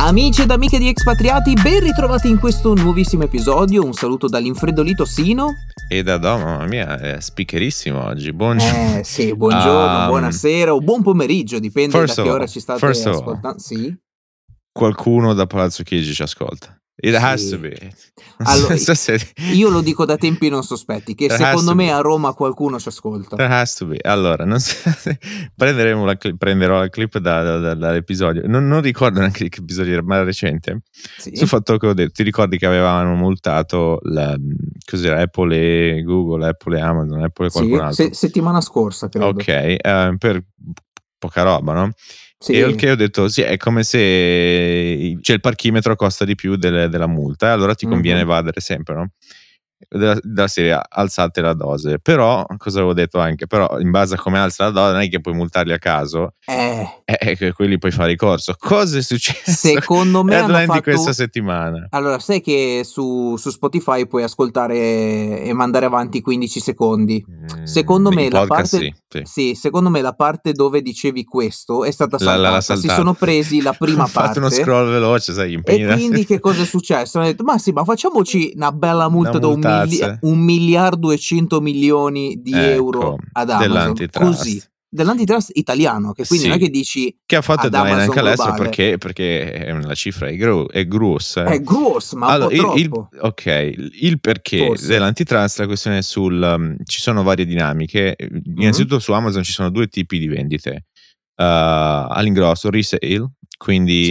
Amici ed amiche di Expatriati, ben ritrovati in questo nuovissimo episodio. Un saluto dall'infreddolito Sino. E da Dom, mamma mia, è speakerissimo oggi. Buongiorno. Sì, buongiorno, buonasera o buon pomeriggio, dipende da che ora ci state ascoltando. Sì. Qualcuno da Palazzo Chigi ci ascolta. It has to be. Allora, io lo dico da tempi non sospetti, che secondo me a Roma qualcuno ci ascolta. There has to be. Allora, prenderò la clip dall'episodio. Non ricordo neanche che episodio era, ma recente. Sì. Sul fatto che ho detto, ti ricordi che avevano multato cos'era, Apple e Google, Apple e Amazon, Apple e qualcun altro? Settimana scorsa, credo. Ok, per poca roba, no? Sì. E che ho detto, sì, è come se il parchimetro costa di più della multa, allora ti conviene evadere sempre, no? Della serie, alzate la dose. Però, cosa avevo detto anche? Però, in base a come alza la dose, non è che puoi multarli a caso. Che quelli puoi fare ricorso. Cosa è successo? Secondo me hanno fatto... di questa settimana. Allora, sai che su Spotify puoi ascoltare e mandare avanti 15 secondi. Secondo me la parte sì, secondo me la parte dove dicevi questo è stata saltata. Si sono presi la prima parte. Ho fatto uno scroll veloce, sai, e quindi che cosa è successo? Hanno detto, ma sì, ma facciamoci una bella multa da 1 miliardo e 100 milioni di euro ad Amazon. Così. Dell'antitrust italiano, che quindi non è che dici che ha fatto anche all'estero perché la cifra è grossa. È grossa, ma allora, un po' troppo. Il perché dell'antitrust, la questione ci sono varie dinamiche. Innanzitutto su Amazon ci sono due tipi di vendite. All'ingrosso, resale, quindi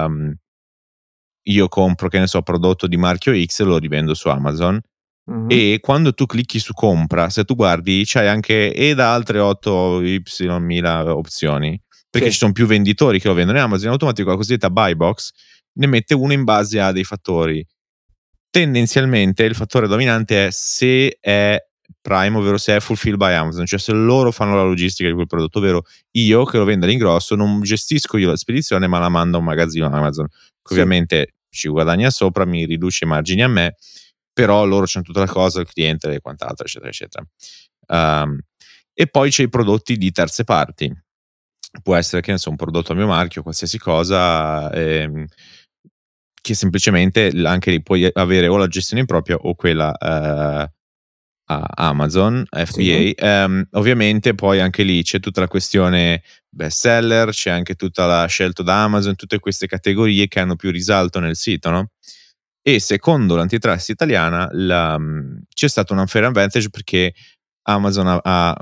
io compro, che ne so, prodotto di marchio X e lo rivendo su Amazon. E quando tu clicchi su compra, se tu guardi, c'hai anche da altre 8.000 opzioni, perché ci sono più venditori che lo vendono in Amazon. In automatico la cosiddetta buy box ne mette uno in base a dei fattori. Tendenzialmente il fattore dominante è se è Prime, ovvero se è fulfilled by Amazon, cioè se loro fanno la logistica di quel prodotto, ovvero io che lo vendo all'ingrosso non gestisco io la spedizione, ma la mando a un magazzino Amazon, che ovviamente ci guadagna sopra, mi riduce i margini a me, però loro c'hanno tutta la cosa, il cliente e quant'altro, eccetera, eccetera. E poi c'è i prodotti di terze parti. Può essere, che ne so, un prodotto a mio marchio, qualsiasi cosa, che semplicemente anche lì puoi avere o la gestione propria o quella a Amazon, FBA. Ovviamente poi anche lì c'è tutta la questione best seller, c'è anche tutta la scelta da Amazon, tutte queste categorie che hanno più risalto nel sito, no? E secondo l'antitrust italiana c'è stato un unfair advantage perché Amazon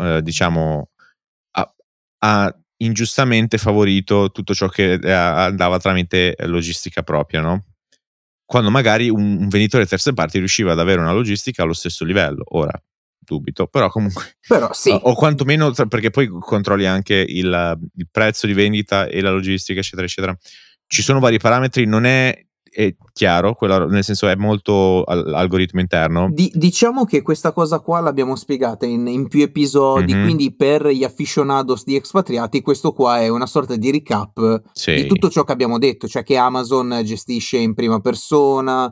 ha ingiustamente favorito tutto ciò che andava tramite logistica propria, no? Quando magari un venditore terze parti riusciva ad avere una logistica allo stesso livello. Ora dubito, però comunque o quantomeno, perché poi controlli anche il prezzo di vendita e la logistica, eccetera eccetera. Ci sono vari parametri, non è chiaro, nel senso è molto algoritmo interno. Diciamo che questa cosa qua l'abbiamo spiegata in più episodi, quindi per gli aficionados di Expatriati questo qua è una sorta di recap di tutto ciò che abbiamo detto, cioè che Amazon gestisce in prima persona,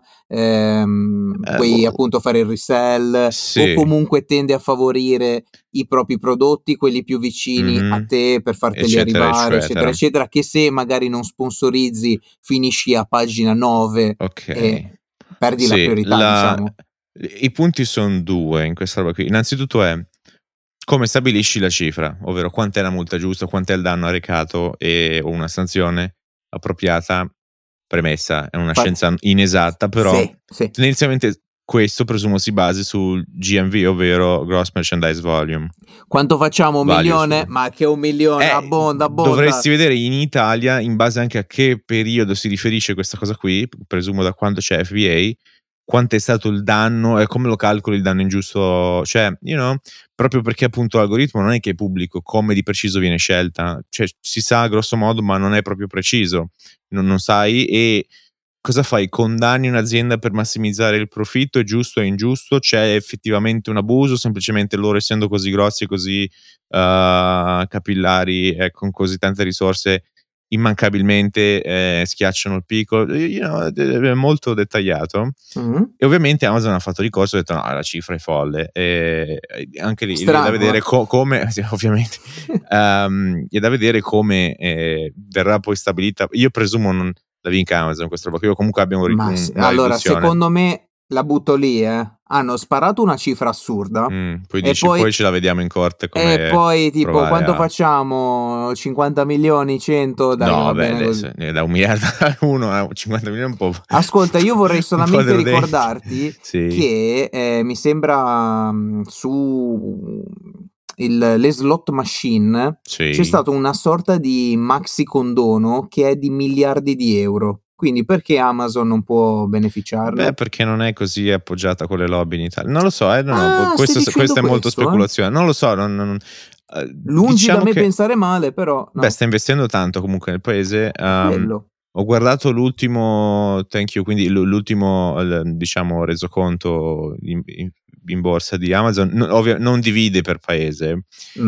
puoi appunto fare il resell o comunque tende a favorire i propri prodotti, quelli più vicini a te per farteli arrivare, eccetera eccetera, che se magari non sponsorizzi finisci a pagina 9 e perdi la priorità, diciamo. I punti sono due in questa roba qui. Innanzitutto è come stabilisci la cifra, ovvero quant'è la multa giusta, quant'è il danno arrecato o una sanzione appropriata. Premessa, è una scienza inesatta, però tendenzialmente questo presumo si basi sul GMV, ovvero Gross Merchandise Volume. Quanto facciamo? 1 milione? Ma che 1 milione? Abbonda. Dovresti vedere in Italia, in base anche a che periodo si riferisce questa cosa qui, presumo da quando c'è FBA, quanto è stato il danno e come lo calcoli il danno ingiusto, cioè, proprio perché appunto l'algoritmo non è che è pubblico come di preciso viene scelta, cioè si sa grosso modo ma non è proprio preciso, non sai. E cosa fai? Condanni un'azienda per massimizzare il profitto? È giusto, è ingiusto? C'è effettivamente un abuso? Semplicemente loro, essendo così grossi e così capillari e con così tante risorse, immancabilmente schiacciano il picco? È molto dettagliato. E ovviamente Amazon ha fatto ricorso e ha detto no, la cifra è folle. E anche lì è da vedere come ovviamente è da vedere come verrà poi stabilita. Io presumo la vinca Amazon questa roba. Io comunque abbiamo allora, secondo me la butto lì, hanno sparato una cifra assurda. Poi dici, poi ce la vediamo in corte come e poi tipo quanto facciamo? 50 milioni, 100? Dai, no, va bene così. Da 1 miliardo a 1 a 50 milioni un po'. Ascolta, io vorrei solamente ricordarti che mi sembra su le slot machine c'è stata una sorta di maxi condono che è di miliardi di euro. Quindi perché Amazon non può beneficiarne? Beh, perché non è così appoggiata con le lobby in Italia. Non lo so, questa è molto speculazione. Non lo so, lungi diciamo da me pensare male, però no. Beh, sta investendo tanto comunque nel paese. Ho guardato l'ultimo thank you, quindi l'ultimo diciamo resoconto in borsa di Amazon, non divide per paese,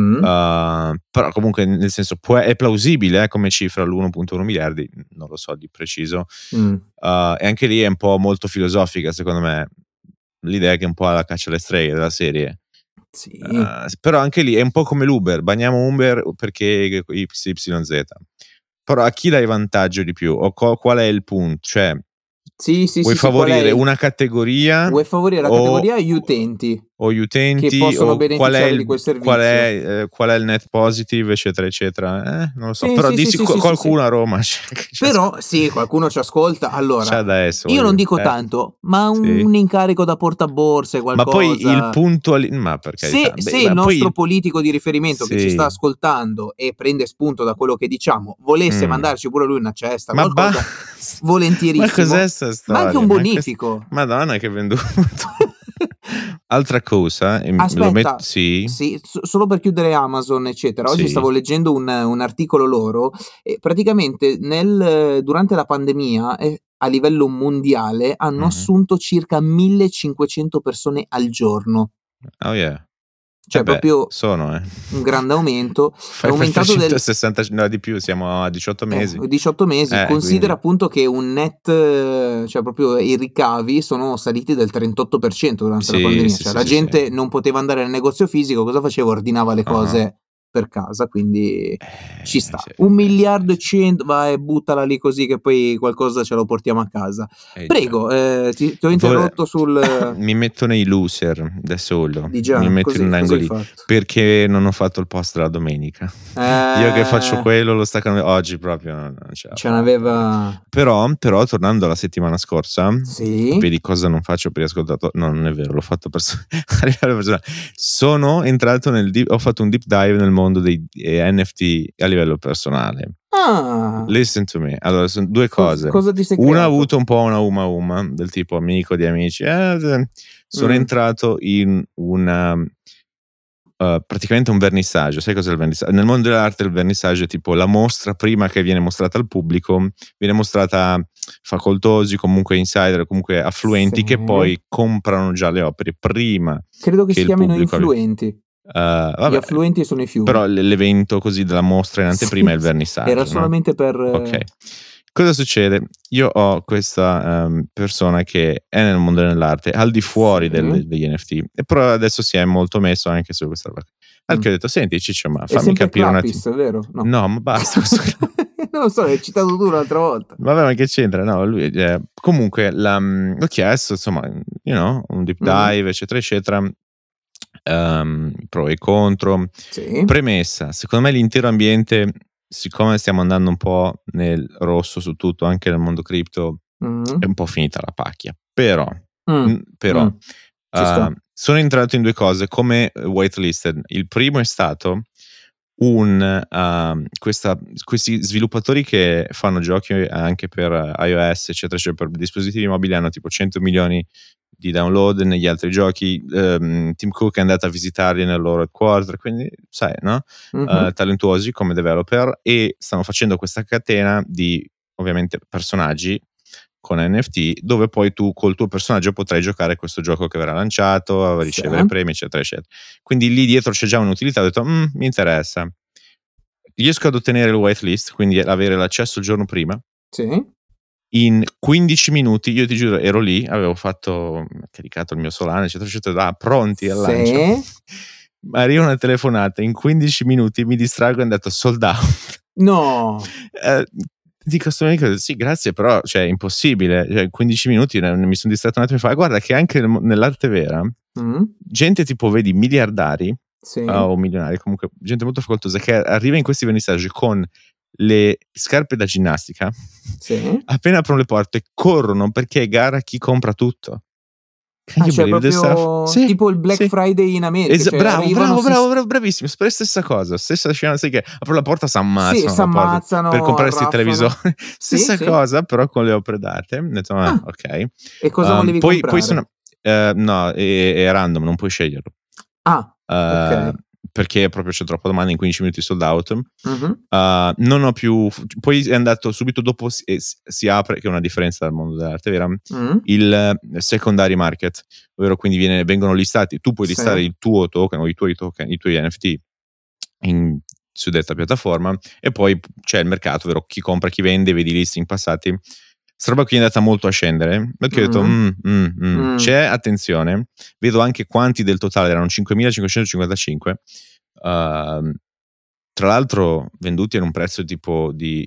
però comunque nel senso è plausibile come cifra l'1.1 miliardi, non lo so di preciso, e anche lì è un po' molto filosofica secondo me, l'idea è che è un po' alla caccia alle streghe della serie. Sì. Però anche lì è un po' come l'Uber, banniamo Uber perché XYZ, però a chi dai vantaggio di più o qual è il punto? Cioè vuoi favorire una categoria? Vuoi favorire la categoria gli utenti? O gli utenti che possono beneficiare di quel servizio. Qual è il net positive, eccetera, eccetera. Non lo so. Però dici qualcuno a Roma. Però sì, qualcuno ci ascolta. Allora, io non dico tanto, ma un incarico da portaborse, qualcosa. Ma poi il punto ma per carità, se il nostro politico di riferimento che ci sta ascoltando e prende spunto da quello che diciamo volesse mandarci pure lui una cesta, qualcosa, volentierissimo. Ma cos'è sta storia? Ma anche un bonifico. Madonna che venduto. Altra cosa, aspetta, sì, solo per chiudere Amazon eccetera, oggi stavo leggendo un articolo loro e praticamente durante la pandemia a livello mondiale hanno assunto circa 1500 persone al giorno. Oh yeah. Cioè proprio sono un grande aumento. È aumentato 160 no, di più, siamo a 18 mesi. 18 mesi, considera appunto che un net, cioè proprio i ricavi sono saliti del 38% durante la pandemia. La gente non poteva andare al negozio fisico, cosa faceva? Ordinava le cose per casa, quindi ci sta. 1 miliardo e 100, vai, buttala lì così che poi qualcosa ce lo portiamo a casa. Prego, ti ho interrotto sul... Mi metto nei loser da solo, mi metto in un angolino, perché non ho fatto il post della domenica. Io che faccio quello lo staccano oggi proprio non ce n'aveva. Però tornando alla settimana scorsa, vedi cosa non faccio per ascoltatori, no, non è vero, l'ho fatto a livello personale. Sono entrato ho fatto un deep dive nel mondo dei NFT a livello personale. Listen to me. Allora, sono due cose. Cosa ti sei Una ha avuto un po' una uma del tipo amico di amici. Sono entrato in una praticamente un vernissaggio. Sai cos'è il vernissaggio? Nel mondo dell'arte il vernissaggio è tipo la mostra prima che viene mostrata al pubblico, viene mostrata a facoltosi, comunque insider, comunque affluenti che poi comprano già le opere prima. Credo che si chiamino influenti. Gli affluenti sono i fiumi. Però l'evento così della mostra in anteprima è il vernissaggio. Era solamente per... Ok. Cosa succede? Io ho questa persona che è nel mondo dell'arte, al di fuori degli NFT, e però adesso si è molto messo anche su questa roba. Al che ho detto, senti Ciccio, ma fammi capire un attimo. È vero? No, ma basta. Non lo so, l'hai citato tu l'altra volta. Vabbè, ma che c'entra? No, lui comunque ho chiesto, insomma, un deep dive, eccetera, eccetera. Pro e contro. Premessa, secondo me l'intero ambiente, siccome stiamo andando un po' nel rosso su tutto, anche nel mondo cripto, è un po' finita la pacchia. Però sono entrato in due cose come whitelisted. Il primo è stato questi sviluppatori che fanno giochi anche per iOS eccetera, cioè per dispositivi mobili, hanno tipo 100 milioni di download negli altri giochi. Tim Cook è andato a visitarli nel loro headquarter, quindi sai, no? Talentuosi come developer, e stanno facendo questa catena di ovviamente personaggi con NFT, dove poi tu col tuo personaggio potrai giocare questo gioco che verrà lanciato, ricevere premi eccetera eccetera. Quindi lì dietro c'è già un'utilità. Ho detto mi interessa, riesco ad ottenere il whitelist, quindi avere l'accesso il giorno prima. In 15 minuti, io ti giuro, ero lì, avevo caricato il mio Solana eccetera eccetera, pronti al lancio. Ma arriva una telefonata, in 15 minuti mi distraggo e ho detto sold out. No. Dico sì, grazie, però cioè, è impossibile. Cioè, 15 minuti mi sono distratto un attimo e fa guarda che anche nell'arte vera gente tipo vedi miliardari o milionari, comunque gente molto facoltosa che arriva in questi vernissaggi con le scarpe da ginnastica, appena aprono le porte corrono perché è gara chi compra tutto. Cioè proprio tipo il Black Friday in America. Bravo, bravissimo. Stessa cosa, stessa scena, sai che apro la porta, si ammazzano per comprare questi televisori. Stessa cosa, però con le opere d'arte. Ok. E cosa volevi comprare? Poi sono no, è random, non puoi sceglierlo. Ok. Perché proprio c'è troppa domanda, in 15 minuti sold out. Non ho più, poi è andato subito dopo, si apre, che è una differenza dal mondo dell'arte vera, il secondary market, ovvero quindi vengono listati, tu puoi listare il tuo token o i tuoi NFT in suddetta piattaforma, e poi c'è il mercato, ovvero chi compra, chi vende, vedi i listing passati. Sta roba qui è andata molto a scendere, perché ho detto c'è, attenzione, vedo anche quanti del totale erano 5.555, tra l'altro venduti a un prezzo tipo di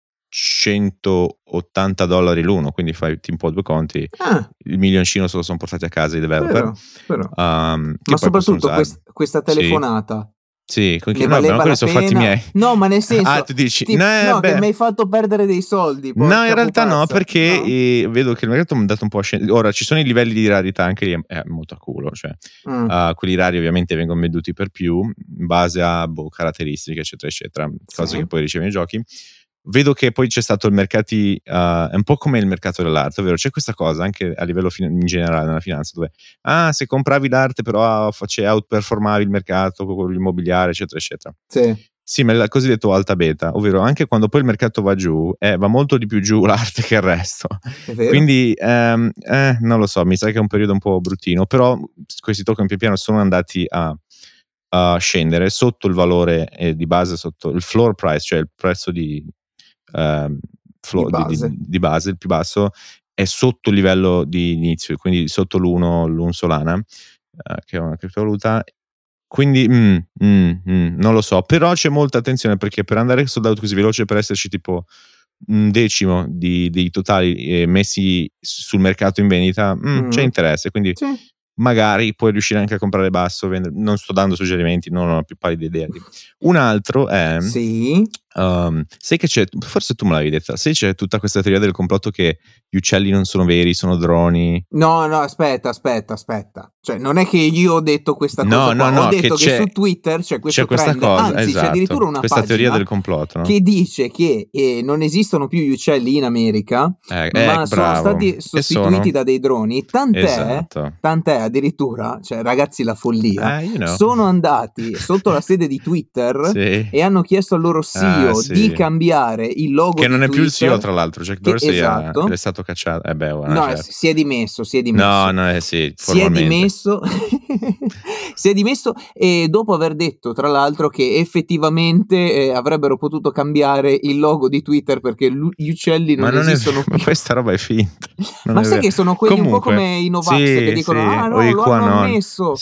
$180 l'uno, quindi fai un po' due conti, il milioncino se lo sono portati a casa i developer. Ma soprattutto questa telefonata. Sì, ne valeva la sono pena? Fatti miei. No, ma nel senso, tu dici, che mi hai fatto perdere dei soldi. No, in realtà no, perché vedo che il mercato mi ha dato un po' a scendere. Ora ci sono i livelli di rarità, anche lì è molto a culo, cioè quelli rari ovviamente vengono venduti per più in base a caratteristiche eccetera, cose che poi ricevi nei giochi. Vedo che poi c'è stato il mercati, è un po' come il mercato dell'arte, ovvero c'è questa cosa anche a livello in generale nella finanza, dove se compravi l'arte però outperformavi il mercato con l'immobiliare eccetera. Sì, ma il cosiddetto alta beta, ovvero anche quando poi il mercato va giù, va molto di più giù l'arte che il resto. Quindi non lo so, mi sa che è un periodo un po' bruttino, però questi token pian piano sono andati a scendere sotto il valore di base, sotto il floor price, cioè il prezzo di base, il più basso è sotto il livello di inizio, quindi sotto l'un Solana, che è una criptovaluta. Quindi non lo so, però c'è molta attenzione, perché per andare sold out così veloce, per esserci tipo un decimo dei totali messi sul mercato in vendita, c'è interesse, quindi magari puoi riuscire anche a comprare basso, vendere. Non sto dando suggerimenti, non ho più pallida idea. Un altro è sai che c'è, forse tu me l'avevi detta, sai c'è tutta questa teoria del complotto che gli uccelli non sono veri, sono droni. No, aspetta. Cioè, non è che io ho detto questa cosa qua. Ho detto che su Twitter c'è questo questa trend. cosa, anzi, c'è addirittura una questa pagina teoria del complotto, no? che dice che non esistono più gli uccelli in America, ma sono stati sostituiti da dei droni. Tant'è addirittura, cioè ragazzi, la follia, sono andati sotto la sede di Twitter e hanno chiesto al loro CEO di cambiare il logo, che non è Twitter, più il CEO, tra l'altro, Jack Dorsey è stato cacciato. Certo. Si è dimesso. No, formalmente. Si è dimesso, e dopo aver detto tra l'altro che effettivamente avrebbero potuto cambiare il logo di Twitter perché gli uccelli non esistono più. Ma questa roba è finta. Ma sai che sono quelli un po' come i Novax che dicono lo hanno ammesso.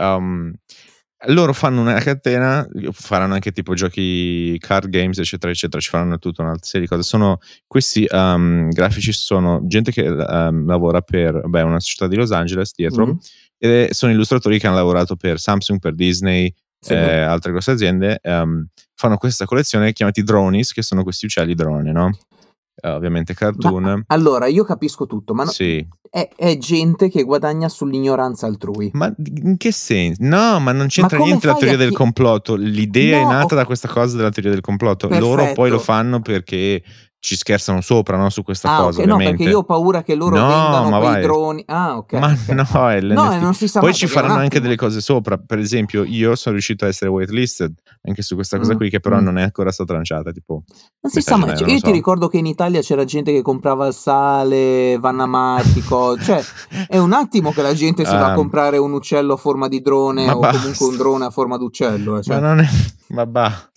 Loro fanno una catena, faranno anche tipo giochi, card games eccetera, ci faranno tutta una serie di cose. Sono questi grafici, sono gente che lavora per una società di Los Angeles dietro, e sono illustratori che hanno lavorato per Samsung, per Disney, altre grosse aziende. Fanno questa collezione chiamati Dronies, che sono questi uccelli drone, no? Ovviamente cartoon. Allora io capisco tutto, ma è gente che guadagna sull'ignoranza altrui. Ma in che senso? No, ma non c'entra niente la teoria del complotto. L'idea è nata da questa cosa della teoria del complotto. Perfetto. Loro poi lo fanno perché ci scherzano sopra, no? Su questa cosa, okay. ovviamente. No, perché io ho paura che loro vendano quei droni. Ok. Ma okay. Non si sa poi mai, ci faranno anche delle cose sopra. Per esempio, io sono riuscito a essere whitelisted anche su questa cosa qui, che però non è ancora stata lanciata. Tipo, non si sa mai. Io ti ricordo che in Italia c'era gente che comprava il sale, vannamatico. Cioè, è un attimo che la gente si va a comprare un uccello a forma di drone, o comunque un drone a forma d'uccello. Cioè. Ma non è. Ma basta.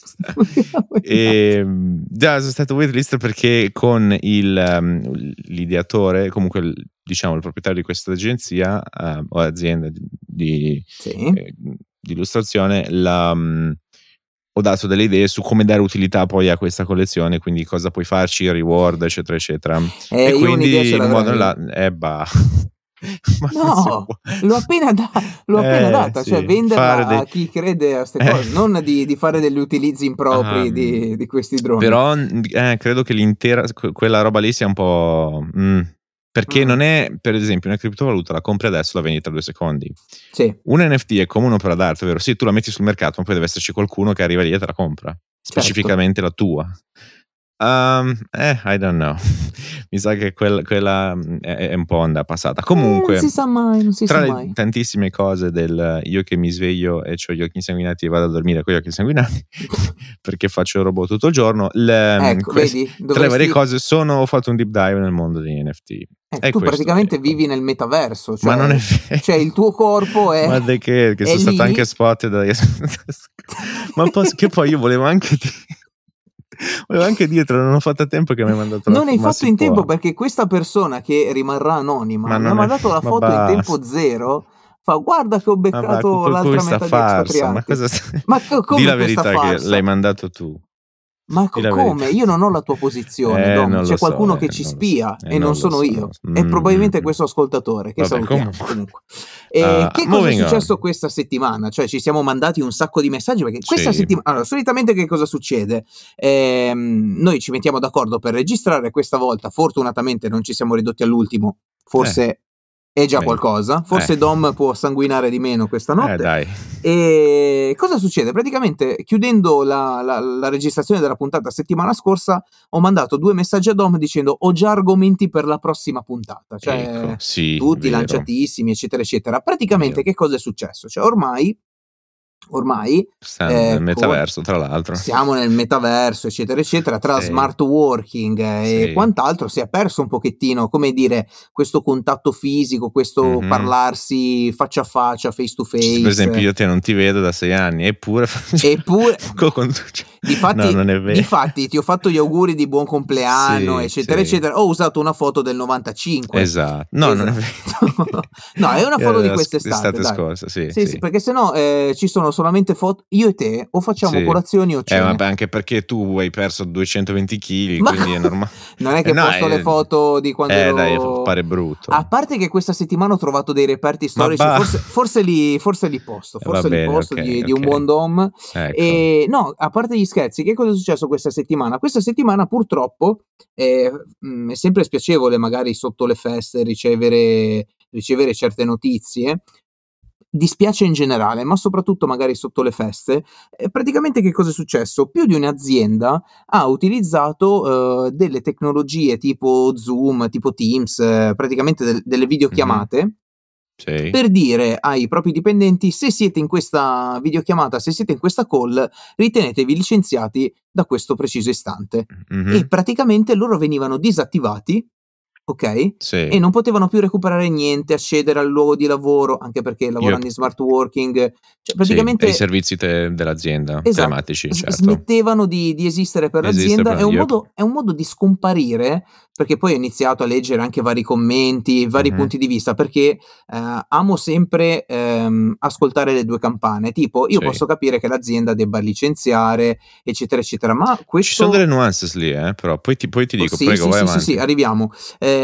Già sono stato waitlist perché con l'ideatore, comunque diciamo il proprietario di questa agenzia o azienda di illustrazione, ho dato delle idee su come dare utilità poi a questa collezione, quindi cosa puoi farci, reward, eccetera, eccetera. E quindi in modo là, no, l'ho appena data, sì. cioè venderla a chi crede a ste cose, non di fare degli utilizzi impropri di questi droni. Però credo che l'intera quella roba lì sia un po'... perché non è, per esempio, una criptovaluta la compri adesso, la vendi tra 2 secondi. Sì. Un NFT è come un'opera d'arte, ovvero sì, tu la metti sul mercato, ma poi deve esserci qualcuno che arriva lì e te la compra, specificamente la tua. I don't know. Mi sa che quella è un po' onda passata. Comunque, non si sa mai. Tra le tantissime cose del io che mi sveglio e ho gli occhi insanguinati e vado a dormire con gli occhi insanguinati perché faccio il robot tutto il giorno, vedi, tra le varie cose ho fatto un deep dive nel mondo degli NFT. Tu praticamente vivi nel metaverso, cioè, ma non è vero. Cioè il tuo corpo è... Ma che sono stato anche spot ma che poi io volevo anche dire, non ho fatto a tempo che mi hai mandato la foto. Non hai fatto in tempo perché questa persona che rimarrà anonima mi ha mandato la foto in tempo zero. Fa, guarda che ho beccato l'altra metà di Expatriati. Ma come di la verità che l'hai mandato tu. Ma come? Io non ho la tua posizione, Dom. C'è qualcuno che ci spia e non sono io. E probabilmente questo ascoltatore che salutiamo comunque. Che cosa è successo questa settimana? Cioè ci siamo mandati un sacco di messaggi perché questa settimana... Allora, solitamente che cosa succede? Noi ci mettiamo d'accordo per registrare, questa volta fortunatamente non ci siamo ridotti all'ultimo, forse... è già qualcosa, forse Dom può sanguinare di meno questa notte. Dai. E cosa succede? Praticamente chiudendo la registrazione della puntata settimana scorsa ho mandato 2 messaggi a Dom dicendo ho già argomenti per la prossima puntata, cioè tutti lanciatissimi eccetera eccetera. Praticamente che cosa è successo? Cioè ormai stiamo nel metaverso, tra l'altro siamo nel metaverso eccetera eccetera, tra smart working e quant'altro si è perso un pochettino, come dire, questo contatto fisico, questo parlarsi faccia a faccia, face to face. Per esempio io te non ti vedo da 6 anni eppure difatti, no, non è vero. Difatti ti ho fatto gli auguri di buon compleanno eccetera eccetera, ho usato una foto del 95. Esatto. Non è vero. No, è una foto di quest'estate scorsa, sì, perché sennò ci sono solamente foto io e te, o facciamo colazioni o cene. Vabbè, anche perché tu hai perso 220 kg, quindi è normale. Non è che posto le foto di quando ero... dai, pare brutto. A parte che questa settimana ho trovato dei reperti storici, forse li posto, di un buon Dom. Ecco. E no, a parte gli scherzi, che cosa è successo questa settimana? Questa settimana purtroppo è sempre spiacevole magari sotto le feste ricevere certe notizie. Dispiace in generale, ma soprattutto magari sotto le feste. Praticamente che cosa è successo? Più di un'azienda ha utilizzato delle tecnologie tipo Zoom, tipo Teams, praticamente delle videochiamate per dire ai propri dipendenti: se siete in questa videochiamata, se siete in questa call, ritenetevi licenziati da questo preciso istante. E praticamente loro venivano disattivati, ok? E non potevano più recuperare niente, accedere al luogo di lavoro, anche perché lavorando in smart working, cioè praticamente i servizi dell'azienda telematici, smettevano di esistere per l'azienda. È un modo di scomparire, perché poi ho iniziato a leggere anche vari commenti, vari punti di vista, perché amo sempre ascoltare le 2 campane, tipo io posso capire che l'azienda debba licenziare eccetera eccetera, ma questo... ci sono delle nuances lì, però poi ti dico, prego, vai avanti. Sì, arriviamo.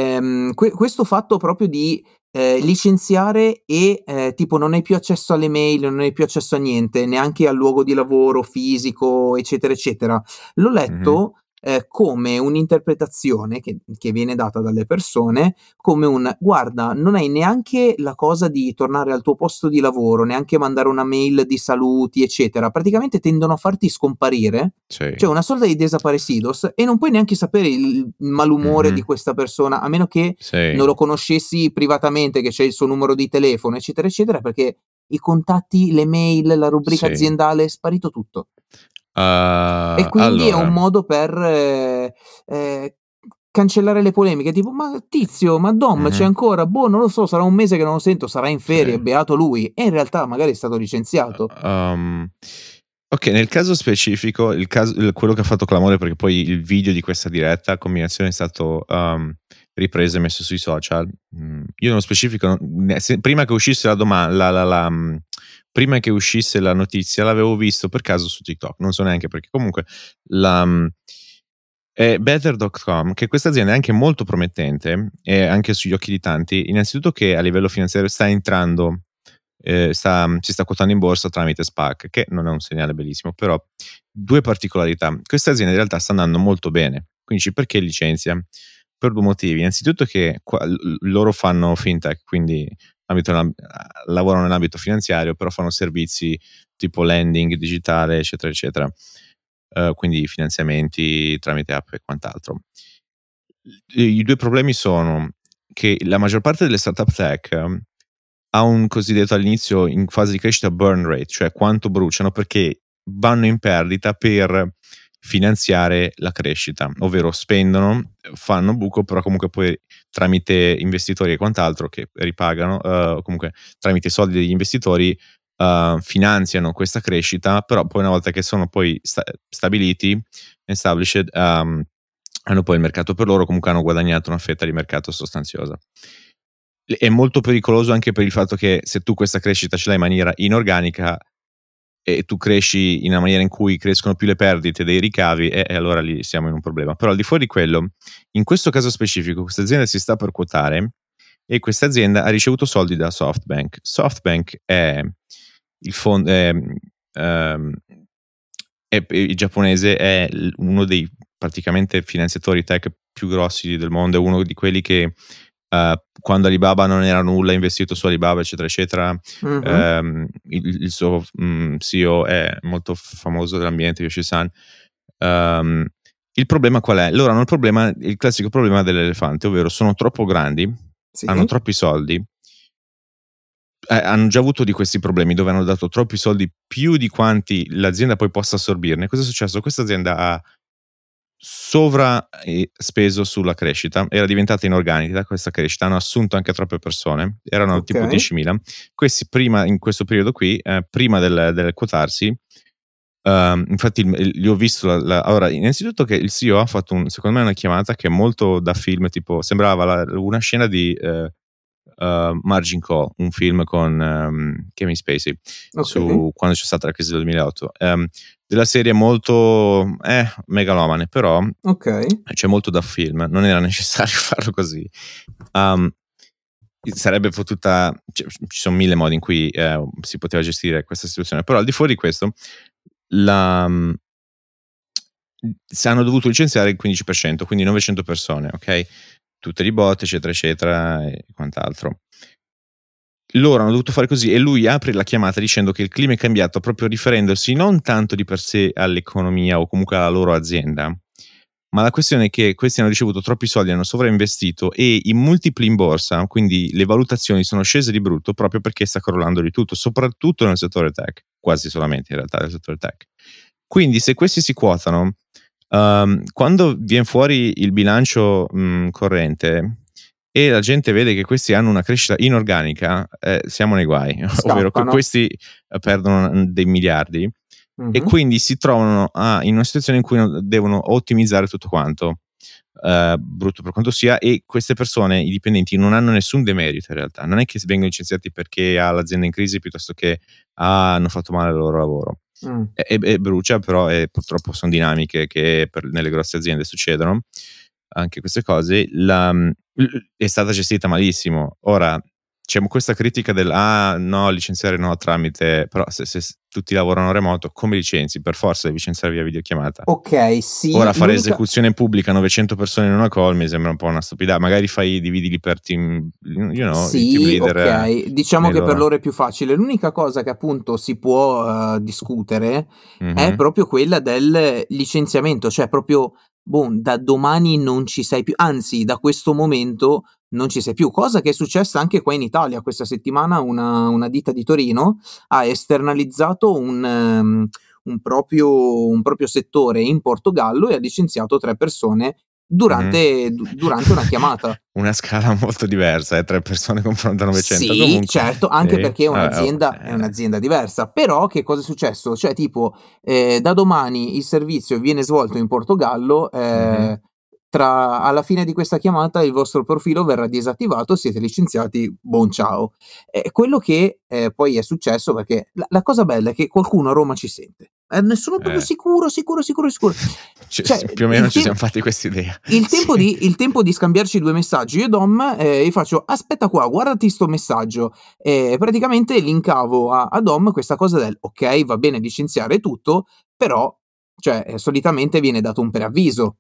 Questo fatto proprio di licenziare e tipo non hai più accesso alle mail, non hai più accesso a niente, neanche al luogo di lavoro fisico eccetera eccetera, l'ho letto come un'interpretazione che viene data dalle persone come un guarda, non hai neanche la cosa di tornare al tuo posto di lavoro, neanche mandare una mail di saluti eccetera, praticamente tendono a farti scomparire, cioè una sorta di desaparecidos, e non puoi neanche sapere il malumore di questa persona, a meno che non lo conoscessi privatamente, che c'è il suo numero di telefono eccetera eccetera, perché i contatti, le mail, la rubrica aziendale, è sparito tutto. E quindi è un modo per cancellare le polemiche, tipo ma Tizio, ma Dom c'è ancora? Non lo so, sarà un mese che non lo sento, sarà in ferie, beato lui, e in realtà magari è stato licenziato. Ok, nel caso specifico, quello che ha fatto clamore, perché poi il video di questa diretta a combinazione è stato ripreso e messo sui social. Io nello specifico, prima che uscisse la prima che uscisse la notizia l'avevo visto per caso su TikTok, non so neanche perché. Comunque Better.com, che questa azienda è anche molto promettente, anche sugli occhi di tanti, innanzitutto che a livello finanziario sta entrando, si sta quotando in borsa tramite SPAC, che non è un segnale bellissimo, però 2 particolarità. Questa azienda in realtà sta andando molto bene, quindi perché licenzia? Per 2 motivi. Innanzitutto che loro fanno fintech, quindi lavorano nell'ambito finanziario, però fanno servizi tipo lending digitale, eccetera, eccetera. Quindi finanziamenti tramite app e quant'altro. I 2 problemi sono che la maggior parte delle startup tech ha un cosiddetto all'inizio in fase di crescita burn rate, cioè quanto bruciano perché vanno in perdita per finanziare la crescita, ovvero spendono, fanno buco, però comunque poi tramite investitori e quant'altro che ripagano, comunque tramite i soldi degli investitori finanziano questa crescita, però poi una volta che sono poi stabiliti, established, hanno poi il mercato per loro, comunque hanno guadagnato una fetta di mercato sostanziosa. È molto pericoloso anche per il fatto che se tu questa crescita ce l'hai in maniera inorganica e tu cresci in una maniera in cui crescono più le perdite dei ricavi, e allora lì siamo in un problema. Però al di fuori di quello, in questo caso specifico, questa azienda si sta per quotare e questa azienda ha ricevuto soldi da SoftBank. SoftBank è il fondo, il giapponese, è uno dei praticamente finanziatori tech più grossi del mondo, è uno di quelli che quando Alibaba non era nulla, ha investito su Alibaba, eccetera, eccetera. Il suo CEO è molto famoso dell'ambiente, Yoshi-san. Il problema qual è? Loro hanno il classico problema dell'elefante, ovvero sono troppo grandi, hanno troppi soldi, hanno già avuto di questi problemi dove hanno dato troppi soldi più di quanti l'azienda poi possa assorbirne. Cosa è successo? Questa azienda ha speso sulla crescita, era diventata inorganica questa crescita, hanno assunto anche troppe persone, erano tipo 10.000. Questi prima, in questo periodo qui, prima del quotarsi, infatti li ho visto allora, innanzitutto che il CEO ha fatto secondo me una chiamata che è molto da film, tipo sembrava una scena di Margin Call, un film con Kevin Spacey, su quando c'è stata la crisi del 2008, della serie molto megalomane, però c'è molto da film, non era necessario farlo così. Sarebbe potuta, ci sono 1000 modi in cui si poteva gestire questa situazione, però al di fuori di questo hanno dovuto licenziare il 15%, quindi 900 persone, ok? Tutte di botte, eccetera, eccetera, e quant'altro. Loro hanno dovuto fare così e lui apre la chiamata dicendo che il clima è cambiato proprio riferendosi non tanto di per sé all'economia o comunque alla loro azienda, ma la questione è che questi hanno ricevuto troppi soldi, hanno sovrainvestito e i multipli in borsa, quindi le valutazioni sono scese di brutto proprio perché sta crollando di tutto, soprattutto nel settore tech, quasi solamente in realtà nel settore tech. Quindi se questi si quotano, quando viene fuori il bilancio che e la gente vede che questi hanno una crescita inorganica, siamo nei guai, ovvero che questi perdono dei miliardi e quindi si trovano in una situazione in cui devono ottimizzare tutto quanto, brutto per quanto sia, e queste persone, i dipendenti, non hanno nessun demerito in realtà, non è che vengono licenziati perché l'azienda è in crisi piuttosto che hanno fatto male il loro lavoro. E brucia, però purtroppo sono dinamiche che nelle grosse aziende succedono anche queste cose. È stata gestita malissimo. Ora c'è questa critica no, licenziare no tramite, però se tutti lavorano remoto, come licenzi? Per forza devi licenziare via videochiamata. Sì. Ora fare esecuzione pubblica 900 persone in una call mi sembra un po' una stupidità. Magari dividi per team, team leader. Diciamo che per loro è più facile. L'unica cosa che appunto si può discutere è proprio quella del licenziamento, cioè proprio da domani non ci sei più, anzi da questo momento non ci sei più, cosa che è successa anche qua in Italia. Questa settimana una ditta di Torino ha esternalizzato un proprio settore in Portogallo e ha licenziato 3 persone durante una chiamata. Una scala molto diversa, 3 persone confronto a 900. Sì, comunque. certo, anche perché è un'azienda diversa. Però che cosa è successo? Cioè tipo da domani il servizio viene svolto in Portogallo, alla fine di questa chiamata il vostro profilo verrà disattivato, siete licenziati, buon ciao. Quello che poi è successo, perché la cosa bella è che qualcuno a Roma ci sente. Ne sono proprio sicuro. Cioè, più o meno ci siamo fatti questa idea. Il tempo di scambiarci 2 messaggi, io e Dom, gli faccio: aspetta qua, guardati sto messaggio. Praticamente linkavo a Dom questa cosa del ok, va bene licenziare tutto, però cioè solitamente viene dato un preavviso.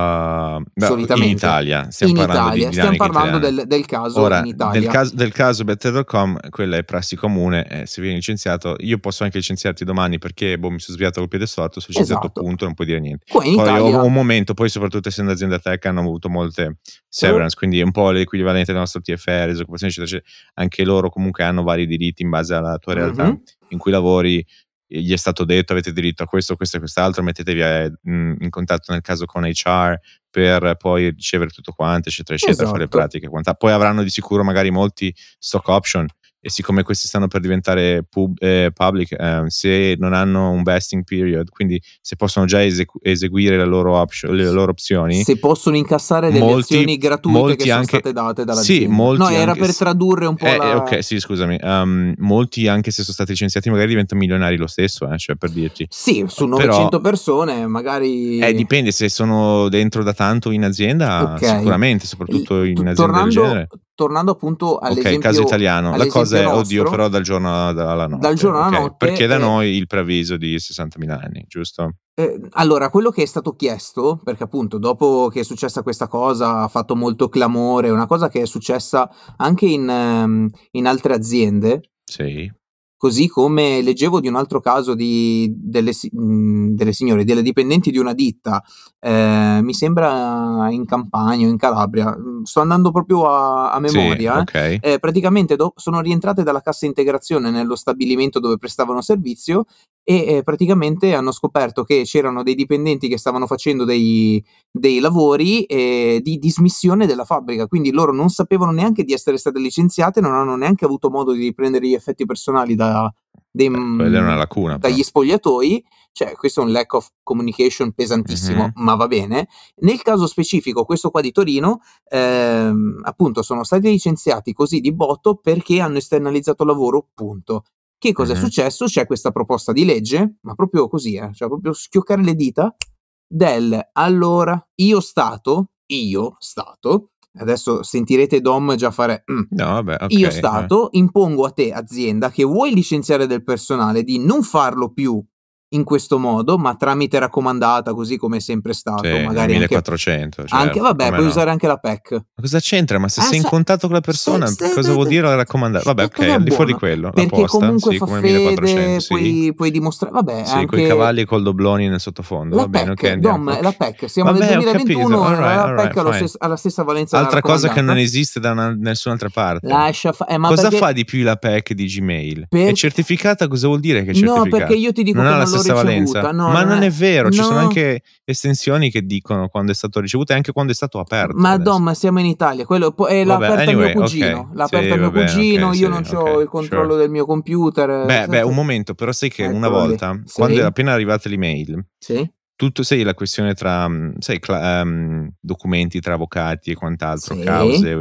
In Italia stiamo parlando del caso. Ora, in Italia del caso Better.com, quella è prassi comune, se vieni licenziato io posso anche licenziarti domani perché mi sono sbagliato col piede storto, sono licenziato, punto, non puoi dire niente. Poi Italia... un momento, poi soprattutto essendo azienda tech hanno avuto molte severance, quindi un po' l'equivalente del nostro TFR, disoccupazione eccetera, anche loro comunque hanno vari diritti in base alla tua realtà in cui lavori. Gli è stato detto avete diritto a questo, questo e quest'altro, mettetevi in contatto nel caso con HR per poi ricevere tutto quanto eccetera, fare le pratiche, poi avranno di sicuro magari molti stock option e siccome questi stanno per diventare public, se non hanno un vesting period, quindi se possono già eseguire le loro opzioni, se possono incassare delle azioni gratuite che sono state date dall'azienda. Era per tradurre un po' ok, sì, scusami, molti anche se sono stati licenziati magari diventano milionari lo stesso, cioè per dirti. Sì, su 900 persone magari dipende, se sono dentro da tanto in azienda, sicuramente, soprattutto in aziende del genere. Tornando appunto all'esempio caso italiano, la cosa è nostro, però dal giorno alla notte. Dal giorno alla notte, perché da noi il preavviso di 60.000 anni, giusto? Allora, quello che è stato chiesto, perché appunto dopo che è successa questa cosa ha fatto molto clamore, una cosa che è successa anche in altre aziende. Sì. Così come leggevo di un altro caso delle signore, delle dipendenti di una ditta, mi sembra in Campania o in Calabria, sto andando proprio a memoria. Sì, praticamente sono rientrate dalla cassa integrazione nello stabilimento dove prestavano servizio e praticamente hanno scoperto che c'erano dei dipendenti che stavano facendo dei lavori di dismissione della fabbrica, quindi loro non sapevano neanche di essere state licenziate, non hanno neanche avuto modo di riprendere gli effetti personali quella è una lacuna dagli spogliatoi, cioè questo è un lack of communication pesantissimo, ma va bene. Nel caso specifico, questo qua di Torino, appunto sono stati licenziati così di botto perché hanno esternalizzato lavoro, punto. Che cosa è successo? C'è questa proposta di legge, ma proprio così, cioè proprio schioccare le dita, allora io Stato, adesso sentirete Dom già fare no, vabbè, okay, io Stato impongo a te azienda che vuoi licenziare del personale di non farlo più in questo modo, ma tramite raccomandata, così come è sempre stato, magari 1400, anche vabbè, puoi usare anche la PEC. Ma cosa c'entra? Ma se sei in contatto con la persona, cosa vuol dire la raccomandata? Vabbè, ok, al di fuori di quello, perché la posta, comunque sì, fa come fede, 1400, puoi dimostrare, vabbè, sì, anche con i cavalli e col dobloni nel sottofondo, va bene, ok, andiamo. La PEC, siamo nel 2021, la PEC ha la stessa valenza altra cosa che non esiste da nessun'altra parte. Cosa fa di più la PEC di Gmail? È certificata, cosa vuol dire che è certificata? No, perché io ti dico non che ha la non l'ho stessa ricevuta. valenza. No, ma non è vero, ci no. sono anche estensioni che dicono quando è stato ricevuto e anche quando è stato aperto. Ma Dom, siamo in Italia, quello l'ha aperta mio cugino, l'ha aperta mio cugino, io non ho il controllo del mio computer. Beh, un momento, però sai che una volta, quando è appena arrivata l'email, tutto, sai, la questione tra documenti tra avvocati e quant'altro, cause,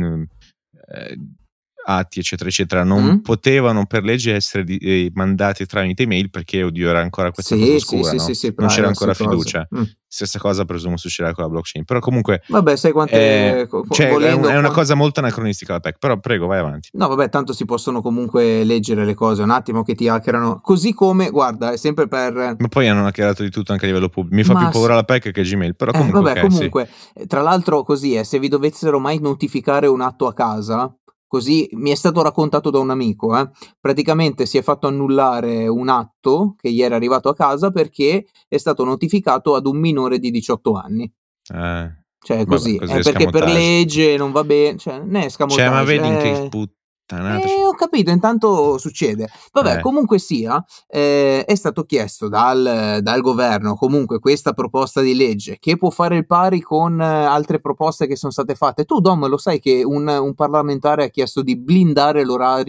atti eccetera eccetera, non potevano per legge essere mandati tramite email perché oddio era ancora questa cosa oscura, no? Non c'era ancora fiducia. Stessa cosa presumo succederà con la blockchain, però comunque vabbè, sai quante è una cosa molto anacronistica la PEC, però prego vai avanti. No vabbè, tanto si possono comunque leggere le cose un attimo che ti hackerano, così come guarda è sempre per ma poi hanno hackerato di tutto anche a livello pubblico, mi fa più paura la PEC che Gmail, però comunque vabbè, comunque tra l'altro così se vi dovessero mai notificare un atto a casa, così mi è stato raccontato da un amico, praticamente si è fatto annullare un atto che gli era arrivato a casa perché è stato notificato ad un minore di 18 anni. Cioè così, perché per legge non va bene, cioè ne è scamotage. Cioè ma vedi in che puttanata. Ho capito, intanto succede. Vabbè, comunque sia, è stato chiesto dal governo comunque questa proposta di legge che può fare il pari con altre proposte che sono state fatte. Tu Dom lo sai che un parlamentare ha chiesto di blindare l'orario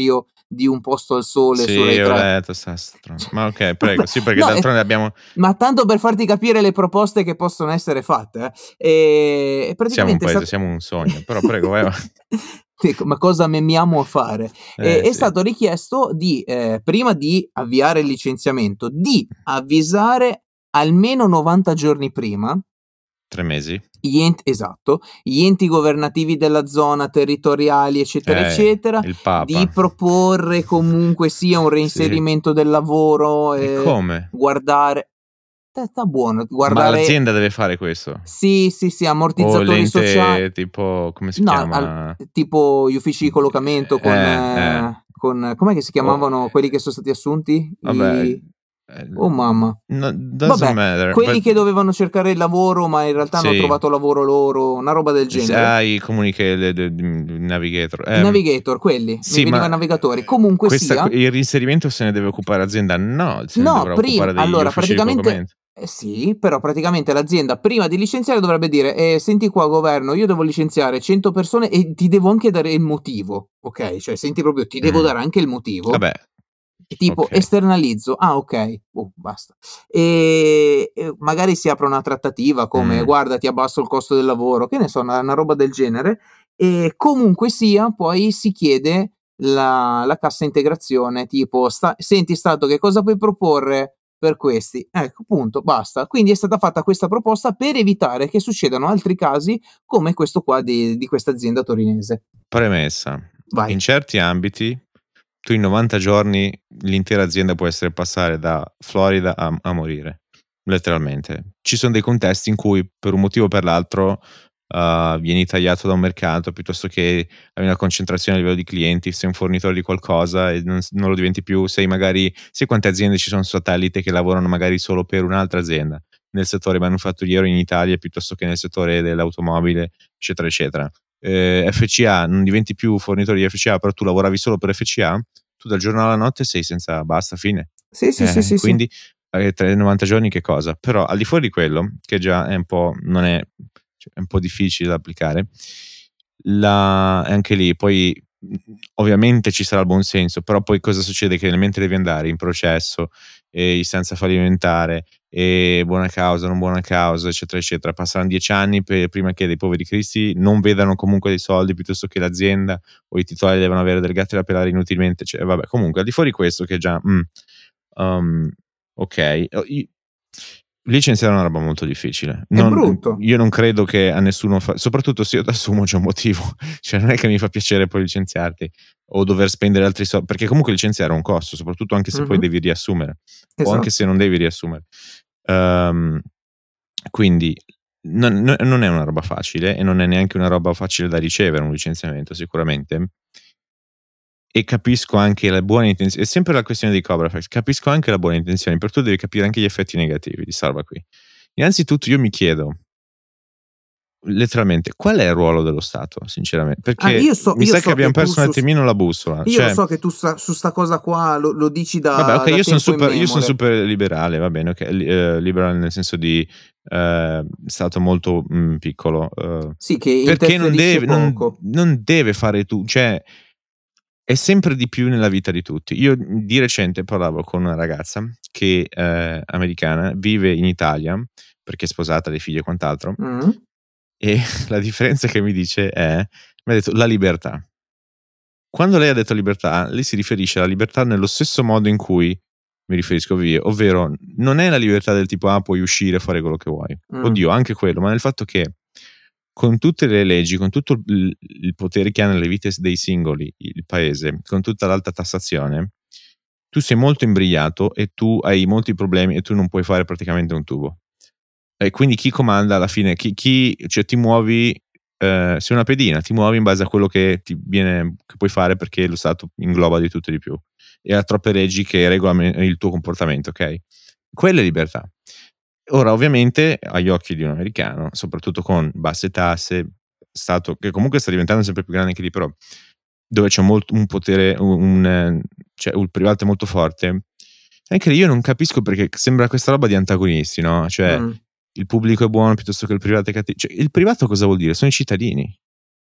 di Un posto al sole sì, su Rai 3. Ho letto, ma ok, prego, sì, perché no, d'altronde abbiamo... Ma tanto per farti capire le proposte che possono essere fatte, e praticamente siamo un sogno, però prego, vai avanti. Ma cosa memiamo a fare? È Sì. stato richiesto di, prima di avviare il licenziamento, di avvisare almeno 90 giorni prima 3 mesi? Esatto, gli enti governativi della zona, territoriali, eccetera, eccetera, il Papa. di proporre comunque sia un reinserimento del lavoro, E come? guardare sta buono, guardare... Ma l'azienda deve fare questo? Sì, ammortizzatori o l'ente sociali. tipo, come si No, chiama? tipo gli uffici di collocamento con com'è che si chiamavano quelli che sono stati assunti? Vabbè, Oh mamma. doesn't matter. Quelli che dovevano cercare il lavoro, ma in realtà hanno trovato lavoro loro, una roba del genere. I navigator. I navigator, quelli, sì, mi veniva navigatori. Comunque sia, il reinserimento se ne deve occupare l'azienda? No, se ne dovrà occupare degli allora uffici di collocamento. sì, però praticamente l'azienda prima di licenziare dovrebbe dire: senti qua governo, io devo licenziare 100 persone e ti devo anche dare il motivo, ok? Cioè senti proprio, ti devo dare anche il motivo. Vabbè. Tipo Okay. esternalizzo, ok, basta. E magari si apre una trattativa come: guarda, ti abbasso il costo del lavoro, che ne so, una roba del genere, e comunque sia poi si chiede la cassa integrazione, tipo senti Stato, che cosa puoi proporre per questi? Ecco, punto, basta. Quindi è stata fatta questa proposta per evitare che succedano altri casi come questo qua di questa azienda torinese. Premessa: vai. In certi ambiti tu in 90 giorni l'intera azienda può essere passare da Florida a morire, letteralmente. Ci sono dei contesti in cui per un motivo o per l'altro vieni tagliato da un mercato, piuttosto che hai una concentrazione a livello di clienti, sei un fornitore di qualcosa e non lo diventi più, sai quante aziende ci sono su satellite che lavorano magari solo per un'altra azienda nel settore manufatturiero in Italia piuttosto che nel settore dell'automobile, eccetera eccetera. FCA, non diventi più fornitore di FCA, però tu lavoravi solo per FCA, tu dal giorno alla notte sei senza, basta, fine. Sì. Quindi 90 giorni che cosa? Però al di fuori di quello, che già è un po', non è, cioè, è un po' difficile da applicare, anche lì poi ovviamente ci sarà il buon senso, però poi cosa succede? Che mentre devi andare in processo, istanza fallimentare, e buona causa, non buona causa, eccetera eccetera, passeranno 10 anni prima che dei poveri cristi non vedano comunque dei soldi, piuttosto che l'azienda o i titolari devono avere del gatto da pelare inutilmente, cioè, vabbè, comunque al di fuori di questo che già ok, licenziare è una roba molto difficile. È brutto. Io non credo che a nessuno soprattutto se io ti assumo c'è un motivo, cioè non è che mi fa piacere poi licenziarti o dover spendere altri soldi, perché comunque licenziare ha un costo, soprattutto anche se poi devi riassumere, o anche se non devi riassumere. Quindi non è una roba facile e non è neanche una roba facile da ricevere un licenziamento sicuramente. E capisco anche la buona intenzione, è sempre la questione di Cobra Effect, capisco anche la buona intenzione, però tu devi capire anche gli effetti negativi di sta roba qui. Innanzitutto io mi chiedo letteralmente qual è il ruolo dello Stato, sinceramente, perché mi sa che abbiamo perso un attimino la bussola. Io lo so che tu su sta cosa qua lo dici da vabbè, ok, da io sono tempo super liberale, va bene, ok, liberale nel senso di Stato molto piccolo, sì, che perché non deve fare cioè è sempre di più nella vita di tutti. Io di recente parlavo con una ragazza che americana, vive in Italia perché è sposata, ha dei figli e quant'altro, e la differenza che mi dice mi ha detto la libertà. Quando lei ha detto libertà, lei si riferisce alla libertà nello stesso modo in cui mi riferisco io, ovvero non è la libertà del tipo puoi uscire e fare quello che vuoi. Oddio, anche quello, ma nel fatto che con tutte le leggi, con tutto il potere che ha nelle vite dei singoli, il paese, con tutta l'alta tassazione, tu sei molto imbrigliato e tu hai molti problemi e tu non puoi fare praticamente un tubo. E quindi chi comanda alla fine, cioè ti muovi, sei una pedina, ti muovi in base a quello che che puoi fare perché lo Stato ingloba di tutto e di più e ha troppe leggi che regolano il tuo comportamento, ok? Quella è libertà. Ora, ovviamente, agli occhi di un americano, soprattutto con basse tasse, Stato che comunque sta diventando sempre più grande anche lì, però dove c'è un potere, cioè il privato è molto forte, anche lì io non capisco perché sembra questa roba di antagonisti, no? Cioè il pubblico è buono piuttosto che il privato è cattivo. Cioè, il privato cosa vuol dire? Sono i cittadini.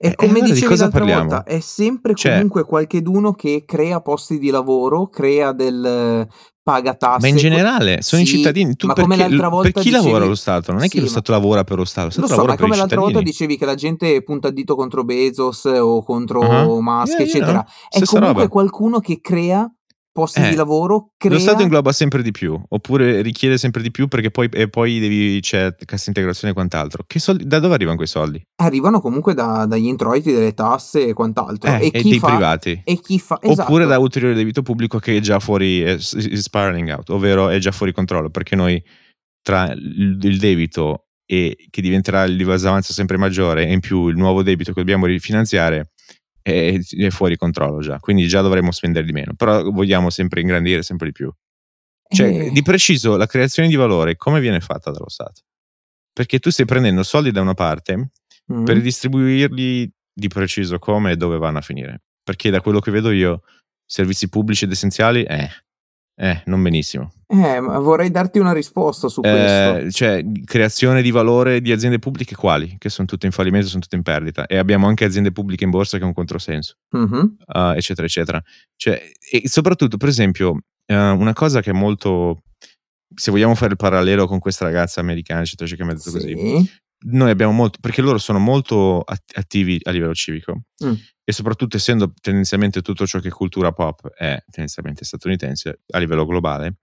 E come allora di dicevi cosa l'altra parliamo? volta, è sempre Cioè, comunque qualcheduno che crea posti di lavoro, crea paga ma in tasse. generale sono i Sì, cittadini. Tu ma come l'altra per volta chi lavora lo dicevi, Stato? Non è che lo sì, ma Stato lavora per lo Stato lo so, lavora ma è per i come l'altra volta cittadini. dicevi che la gente punta il dito contro Bezos o Ah, contro Musk, yeah, you know, eccetera. È stessa comunque roba. qualcuno che crea posti di lavoro, Lo Stato crea. ingloba sempre di più, oppure richiede sempre di più perché poi c'è cassa integrazione e quant'altro. Che soldi, da dove arrivano quei soldi? Arrivano comunque dagli introiti delle tasse e quant'altro. E E chi dei fa privati. Oppure da esatto. ulteriore debito pubblico che è già fuori, è spiraling out, ovvero è già fuori controllo, perché noi tra il debito e che diventerà il disavanzo sempre maggiore e in più il nuovo debito che dobbiamo rifinanziare è fuori controllo già, quindi già dovremmo spendere di meno, però vogliamo sempre ingrandire sempre di più. Cioè, di preciso, la creazione di valore come viene fatta dallo Stato? Perché tu stai prendendo soldi da una parte per distribuirli di preciso come e dove vanno a finire. Perché da quello che vedo io, servizi pubblici ed essenziali, non benissimo. Ma vorrei darti una risposta su questo. Cioè, creazione di valore di aziende pubbliche quali? Che sono tutte in fallimento, sono tutte in perdita. E abbiamo anche aziende pubbliche in borsa che è un controsenso. Eccetera, eccetera. Cioè, e soprattutto, per esempio, una cosa che è molto, se vogliamo fare il parallelo con questa ragazza americana, eccetera, che mi ha detto così, Sì. noi abbiamo molto, perché loro sono molto attivi a livello civico e soprattutto essendo tendenzialmente tutto ciò che è cultura pop è tendenzialmente statunitense a livello globale,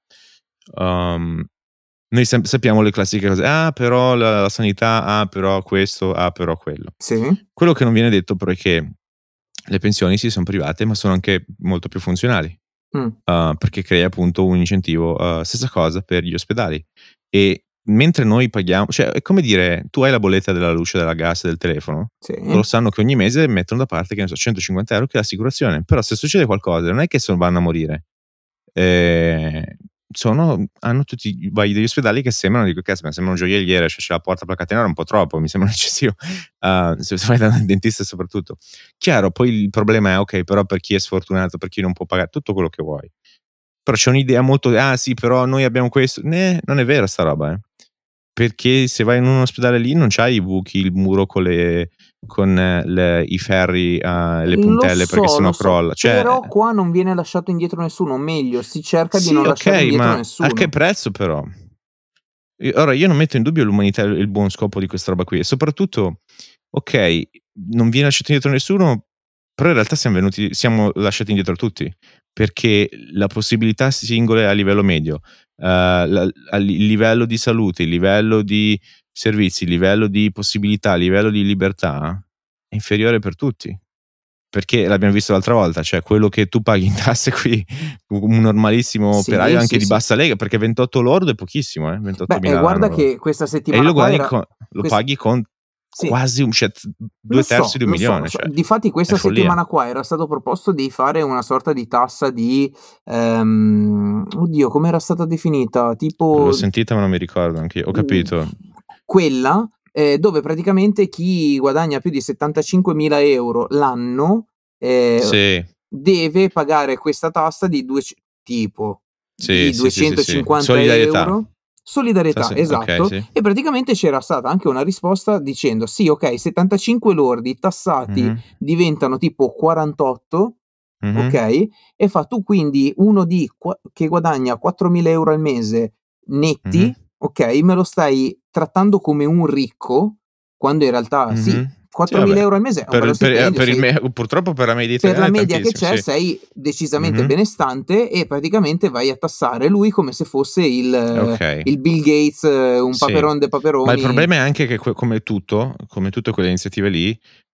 noi sappiamo le classiche cose, però la sanità, però questo, però quello. Sì. Quello che non viene detto però è che le pensioni sì sono private ma sono anche molto più funzionali. Perché crea appunto un incentivo, stessa cosa per gli ospedali. E mentre noi paghiamo, cioè è come dire, tu hai la bolletta della luce, della gas, del telefono, Sì. loro sanno che ogni mese mettono da parte, che ne so, 150 euro che è l'assicurazione, però se succede qualcosa non è che vanno a morire. Hanno tutti, vai degli ospedali che sembrano, dico cazzo, ma sembrano gioielliere, cioè c'è la porta per la catenara un po' troppo, mi sembra eccessivo, se vai da un dentista soprattutto. Chiaro, poi il problema è ok, però per chi è sfortunato, per chi non può pagare tutto quello che vuoi. Però c'è un'idea molto, sì, però noi abbiamo questo, non è vera sta roba, perché se vai in un ospedale lì non c'hai i buchi, il muro con i ferri, le Lo puntelle perché so, sennò crolla. Cioè, però qua non viene lasciato indietro nessuno, o meglio, si cerca di sì, non lasciare ok, indietro ma a che nessuno. prezzo però? Ora io non metto in dubbio l'umanità e il buon scopo di questa roba qui e soprattutto, ok, non viene lasciato indietro nessuno, però in realtà siamo lasciati indietro tutti, perché la possibilità singole a livello medio, il livello di salute, il livello di servizi, il livello di possibilità, il livello di libertà è inferiore per tutti. Perché l'abbiamo visto l'altra volta, cioè quello che tu paghi in tasse qui, un normalissimo operaio anche di bassa lega, perché 28 lordo è pochissimo, 28.000 guarda l'anno. che questa E lì settimana lo qua guadagni era lo paghi con sì. quasi cioè Lo 2/3 so, di un lo so, lo milione, so. cioè Difatti è questa follia. settimana qua era stato proposto di fare una sorta di tassa di, oddio com'era stata definita? L'ho Tipo sentita ma non mi ricordo anch'io. Ho capito. quella, dove praticamente chi guadagna più di 75.000 € l'anno, Sì, deve pagare questa tassa di tipo sì, di sì, sì, sì, sì. 250 Solidarietà. €. Solidarietà, Okay, esatto. sì. E praticamente c'era stata anche una risposta dicendo: "Sì, okay, 75 lordi tassati Mh-mh. diventano tipo 48, Mh-mh. okay, e tu quindi uno che guadagna 4.000 € al mese Mh-mh. netti, okay, me lo stai trattando come un ricco, quando in realtà sì, Mh-mh. Sì, 4.000 vabbè. € al mese è un bello stipendio, Per il sei me purtroppo per la media per italiana la è media che tantissimo, c'è sì. sei decisamente Mh-mh. benestante e praticamente vai a tassare lui come se fosse Okay. il Bill Gates, un Sì, paperon de ma il paperoni. problema è anche che come tutte quelle iniziative lì,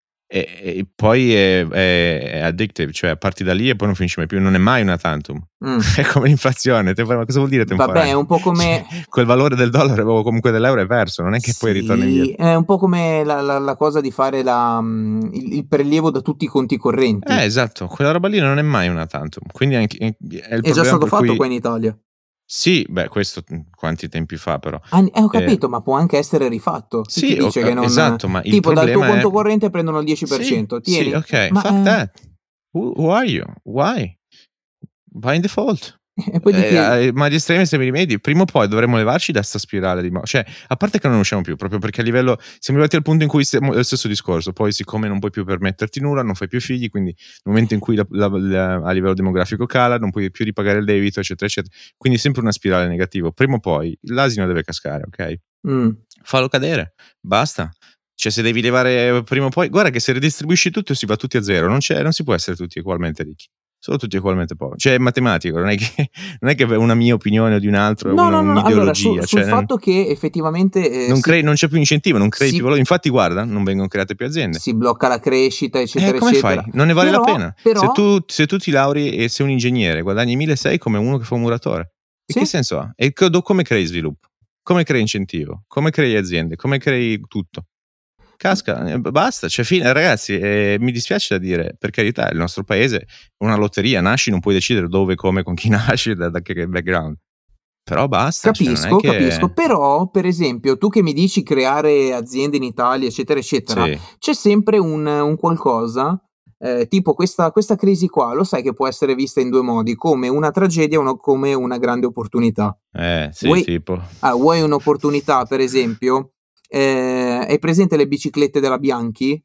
poi è addictive, cioè parti da lì e poi non finisci mai più, non è mai una tantum. Mh. È come l'inflazione, ma cosa vuol dire Vabbè, è temporanea? un po' Cioè, come quel valore del dollaro o comunque dell'euro è perso, non è che poi ritorna sì, indietro. è un po' come la cosa di fare il prelievo da tutti i conti correnti. Esatto, quella roba lì non è mai una tantum. Quindi anche è il È già problema stato per fatto cui qua in Italia. sì, beh questo, quanti tempi fa però. Ho Ehm, capito, ma può anche essere rifatto. Chi ti sì, dice che non esatto, ma il tipo dal tuo problema è conto corrente prendono il sì, 10%, sì, tieni. okay, Ma, fuck that. Who are you? Why? By default. E poi ma gli estremi rimedi, prima o poi dovremmo levarci da sta spirale di cioè, a parte che non usciamo più, proprio perché a livello siamo arrivati al punto in cui è lo stesso discorso, poi siccome non puoi più permetterti nulla, non fai più figli, quindi nel momento in cui a livello demografico cala, non puoi più ripagare il debito, eccetera, eccetera. Quindi sempre una spirale negativa. Prima o poi l'asino deve cascare, ok? Fallo cadere, basta. Cioè, se devi levare prima o poi, guarda che se ridistribuisci tutto si va tutti a zero, non si può essere tutti ugualmente ricchi, solo tutti ugualmente poveri. Cioè, è matematico, non è che è una mia opinione o di un altro, no, un'ideologia. Allora, sul fatto che effettivamente non c'è più incentivo, non crei più valore. Infatti, guarda, non vengono create più aziende. Si blocca la crescita, eccetera, come eccetera. fai? Non ne vale la pena. Però, se tu ti lauri e sei un ingegnere, guadagni 1.600 come uno che fa un muratore. E che senso ha? E come crei sviluppo? Come crei incentivo? Come crei aziende? Come crei tutto? Casca, basta, cioè fine, ragazzi, mi dispiace da dire, per carità, il nostro paese è una lotteria, nasci, non puoi decidere dove, come, con chi nasci, da che background. Però basta. Capisco, capisco. Però, per esempio, tu che mi dici creare aziende in Italia, eccetera, eccetera, c'è sempre un qualcosa, tipo questa crisi qua, lo sai che può essere vista in due modi, come una tragedia o come una grande opportunità. Tipo. Vuoi un'opportunità, per esempio? Hai presente le biciclette della Bianchi?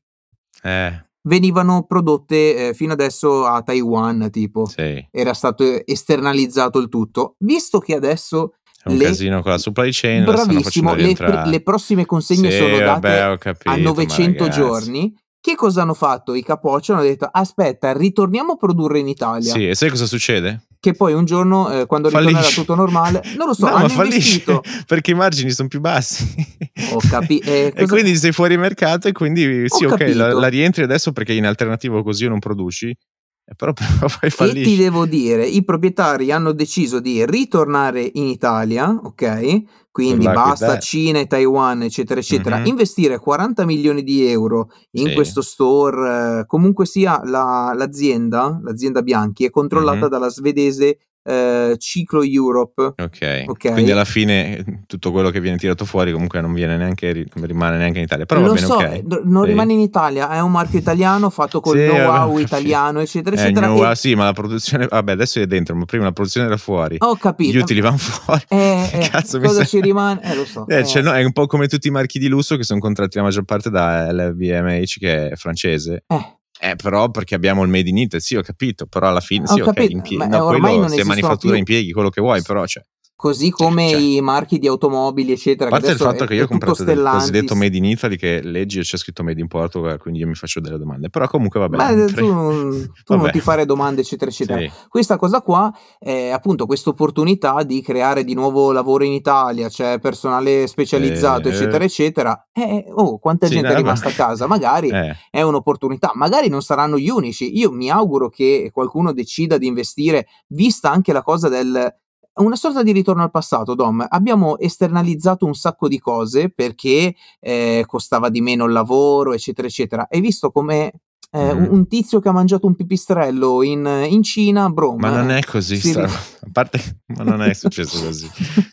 Venivano prodotte fino adesso a Taiwan, tipo. Era stato esternalizzato il tutto. Visto che adesso è un casino con la supply chain, bravissimo, le prossime consegne sono date a 900 giorni. Che cosa hanno fatto? I capocci hanno detto: aspetta, ritorniamo a produrre in Italia. Sì, e sai cosa succede? Che poi un giorno, quando ritornerà tutto normale, non lo so, no, hanno ma investito perché i margini sono più bassi. Ho capito. E quindi sei fuori mercato e quindi sì, ok, la rientri adesso perché in alternativo così non produci. Però poi fallisci. Che ti devo dire? I proprietari hanno deciso di ritornare in Italia, ok? Quindi basta Cina e Taiwan, eccetera, eccetera. Investire 40 milioni di euro in questo store. Comunque sia, l'azienda Bianchi è controllata dalla svedese Ciclo Europe. Ok. Quindi alla fine tutto quello che viene tirato fuori comunque non viene neanche, rimane neanche in Italia. Però lo va bene, so, okay. Non rimane in Italia, è un marchio italiano fatto col know-how italiano, eccetera, eccetera. Sì, ma la produzione, vabbè, adesso è dentro, ma prima la produzione era fuori. Ho capito. Gli utili vanno fuori. Cazzo, cosa ci rimane? Lo so. Cioè, no, è un po' come tutti i marchi di lusso che sono contratti la maggior parte da LVMH, che è francese. Però perché abbiamo il made in Italy, sì, ho capito, però alla fine sì, ok, ormai non se manifattura più. impieghi quello che vuoi, però così come i marchi di automobili, eccetera. A parte il fatto che io ho comprato del cosiddetto made in Italy, che leggi e c'è scritto made in Portugal, quindi io mi faccio delle domande. Però comunque va bene. Ma tu non ti fare domande, eccetera, eccetera. Sì. Questa cosa qua è appunto questa opportunità di creare di nuovo lavoro in Italia, c'è personale specializzato, eccetera, eccetera. Quanta gente è rimasta a casa? Magari è un'opportunità, magari non saranno gli unici. Io mi auguro che qualcuno decida di investire, vista anche la cosa una sorta di ritorno al passato, Dom. Abbiamo esternalizzato un sacco di cose perché costava di meno il lavoro, eccetera, eccetera. Hai visto come un tizio che ha mangiato un pipistrello in Cina, ma non è così, a parte, ma non è successo così.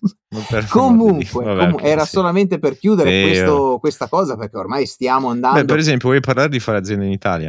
Comunque, era solamente per chiudere questa cosa, perché ormai stiamo andando. Per esempio, vuoi parlare di fare aziende in Italia?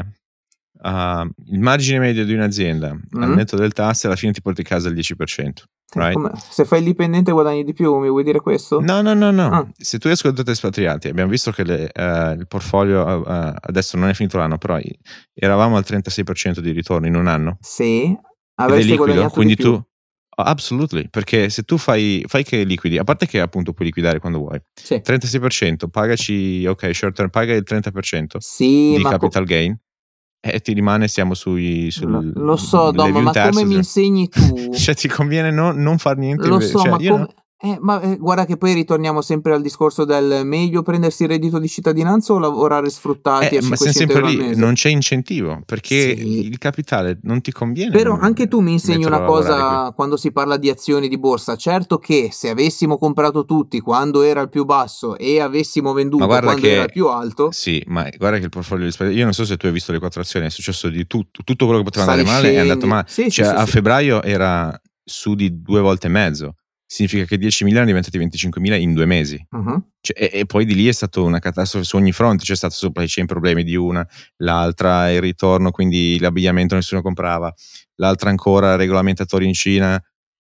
Il margine medio di un'azienda al netto del tasse alla fine ti porti a casa il 10%. Right? Se fai il dipendente guadagni di più, mi vuoi dire questo? No. Se tu hai ascoltato espatriati, abbiamo visto che il portfolio adesso non è finito l'anno, però eravamo al 36% di ritorno in un anno. Sì, avresti guadagnato quindi di più. Tu absolutely, perché se tu fai che liquidi, a parte che appunto puoi liquidare quando vuoi, 36%, pagaci, ok, short term, paga il 30% di capital gain. E ti rimane, siamo lo so, Dom, ma come mi insegni tu? Cioè ti conviene non far niente. Lo so, ma come? Guarda che poi ritorniamo sempre al discorso del meglio prendersi il reddito di cittadinanza o lavorare sfruttati a 500 ma siamo sempre euro al mese. Non c'è incentivo perché il capitale non ti conviene. Però anche tu mi insegni una cosa quando si parla di azioni di borsa. Certo che se avessimo comprato tutti quando era il più basso e avessimo venduto quando era il più alto. Sì, ma guarda che il portfolio io non so se tu hai visto le 4 azioni, è successo di tutto quello che poteva andare male è andato male. A febbraio era su di 2 volte e mezzo. Significa che 10.000 erano diventati 25.000 in 2 mesi. E poi di lì è stata una catastrofe su ogni fronte. C'è stato supply chain problemi di una, l'altra il ritorno, quindi l'abbigliamento nessuno comprava, l'altra ancora regolamentatori in Cina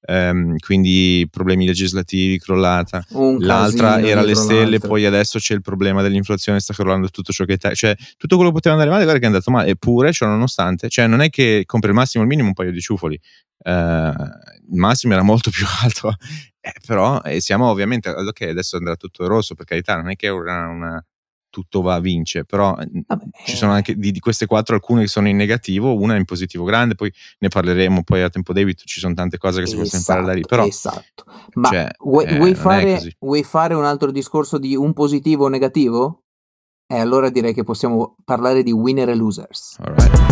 quindi problemi legislativi, crollata. L'altra era le stelle, poi adesso c'è il problema dell'inflazione, sta crollando tutto ciò che cioè tutto quello che poteva andare male, guarda che è andato male, eppure cioè, nonostante, cioè non è che compri il massimo il minimo un paio di ciufoli, il massimo era molto più alto, però siamo ovviamente, ok, adesso andrà tutto rosso, per carità, non è che è una tutto va a vince, però ci sono anche di queste 4 alcune che sono in negativo, una in positivo grande, poi ne parleremo poi a tempo debito, ci sono tante cose che si possono imparare da lì, però ma cioè, vuoi fare un altro discorso di un positivo o negativo? Allora direi che possiamo parlare di winner e losers. Alright.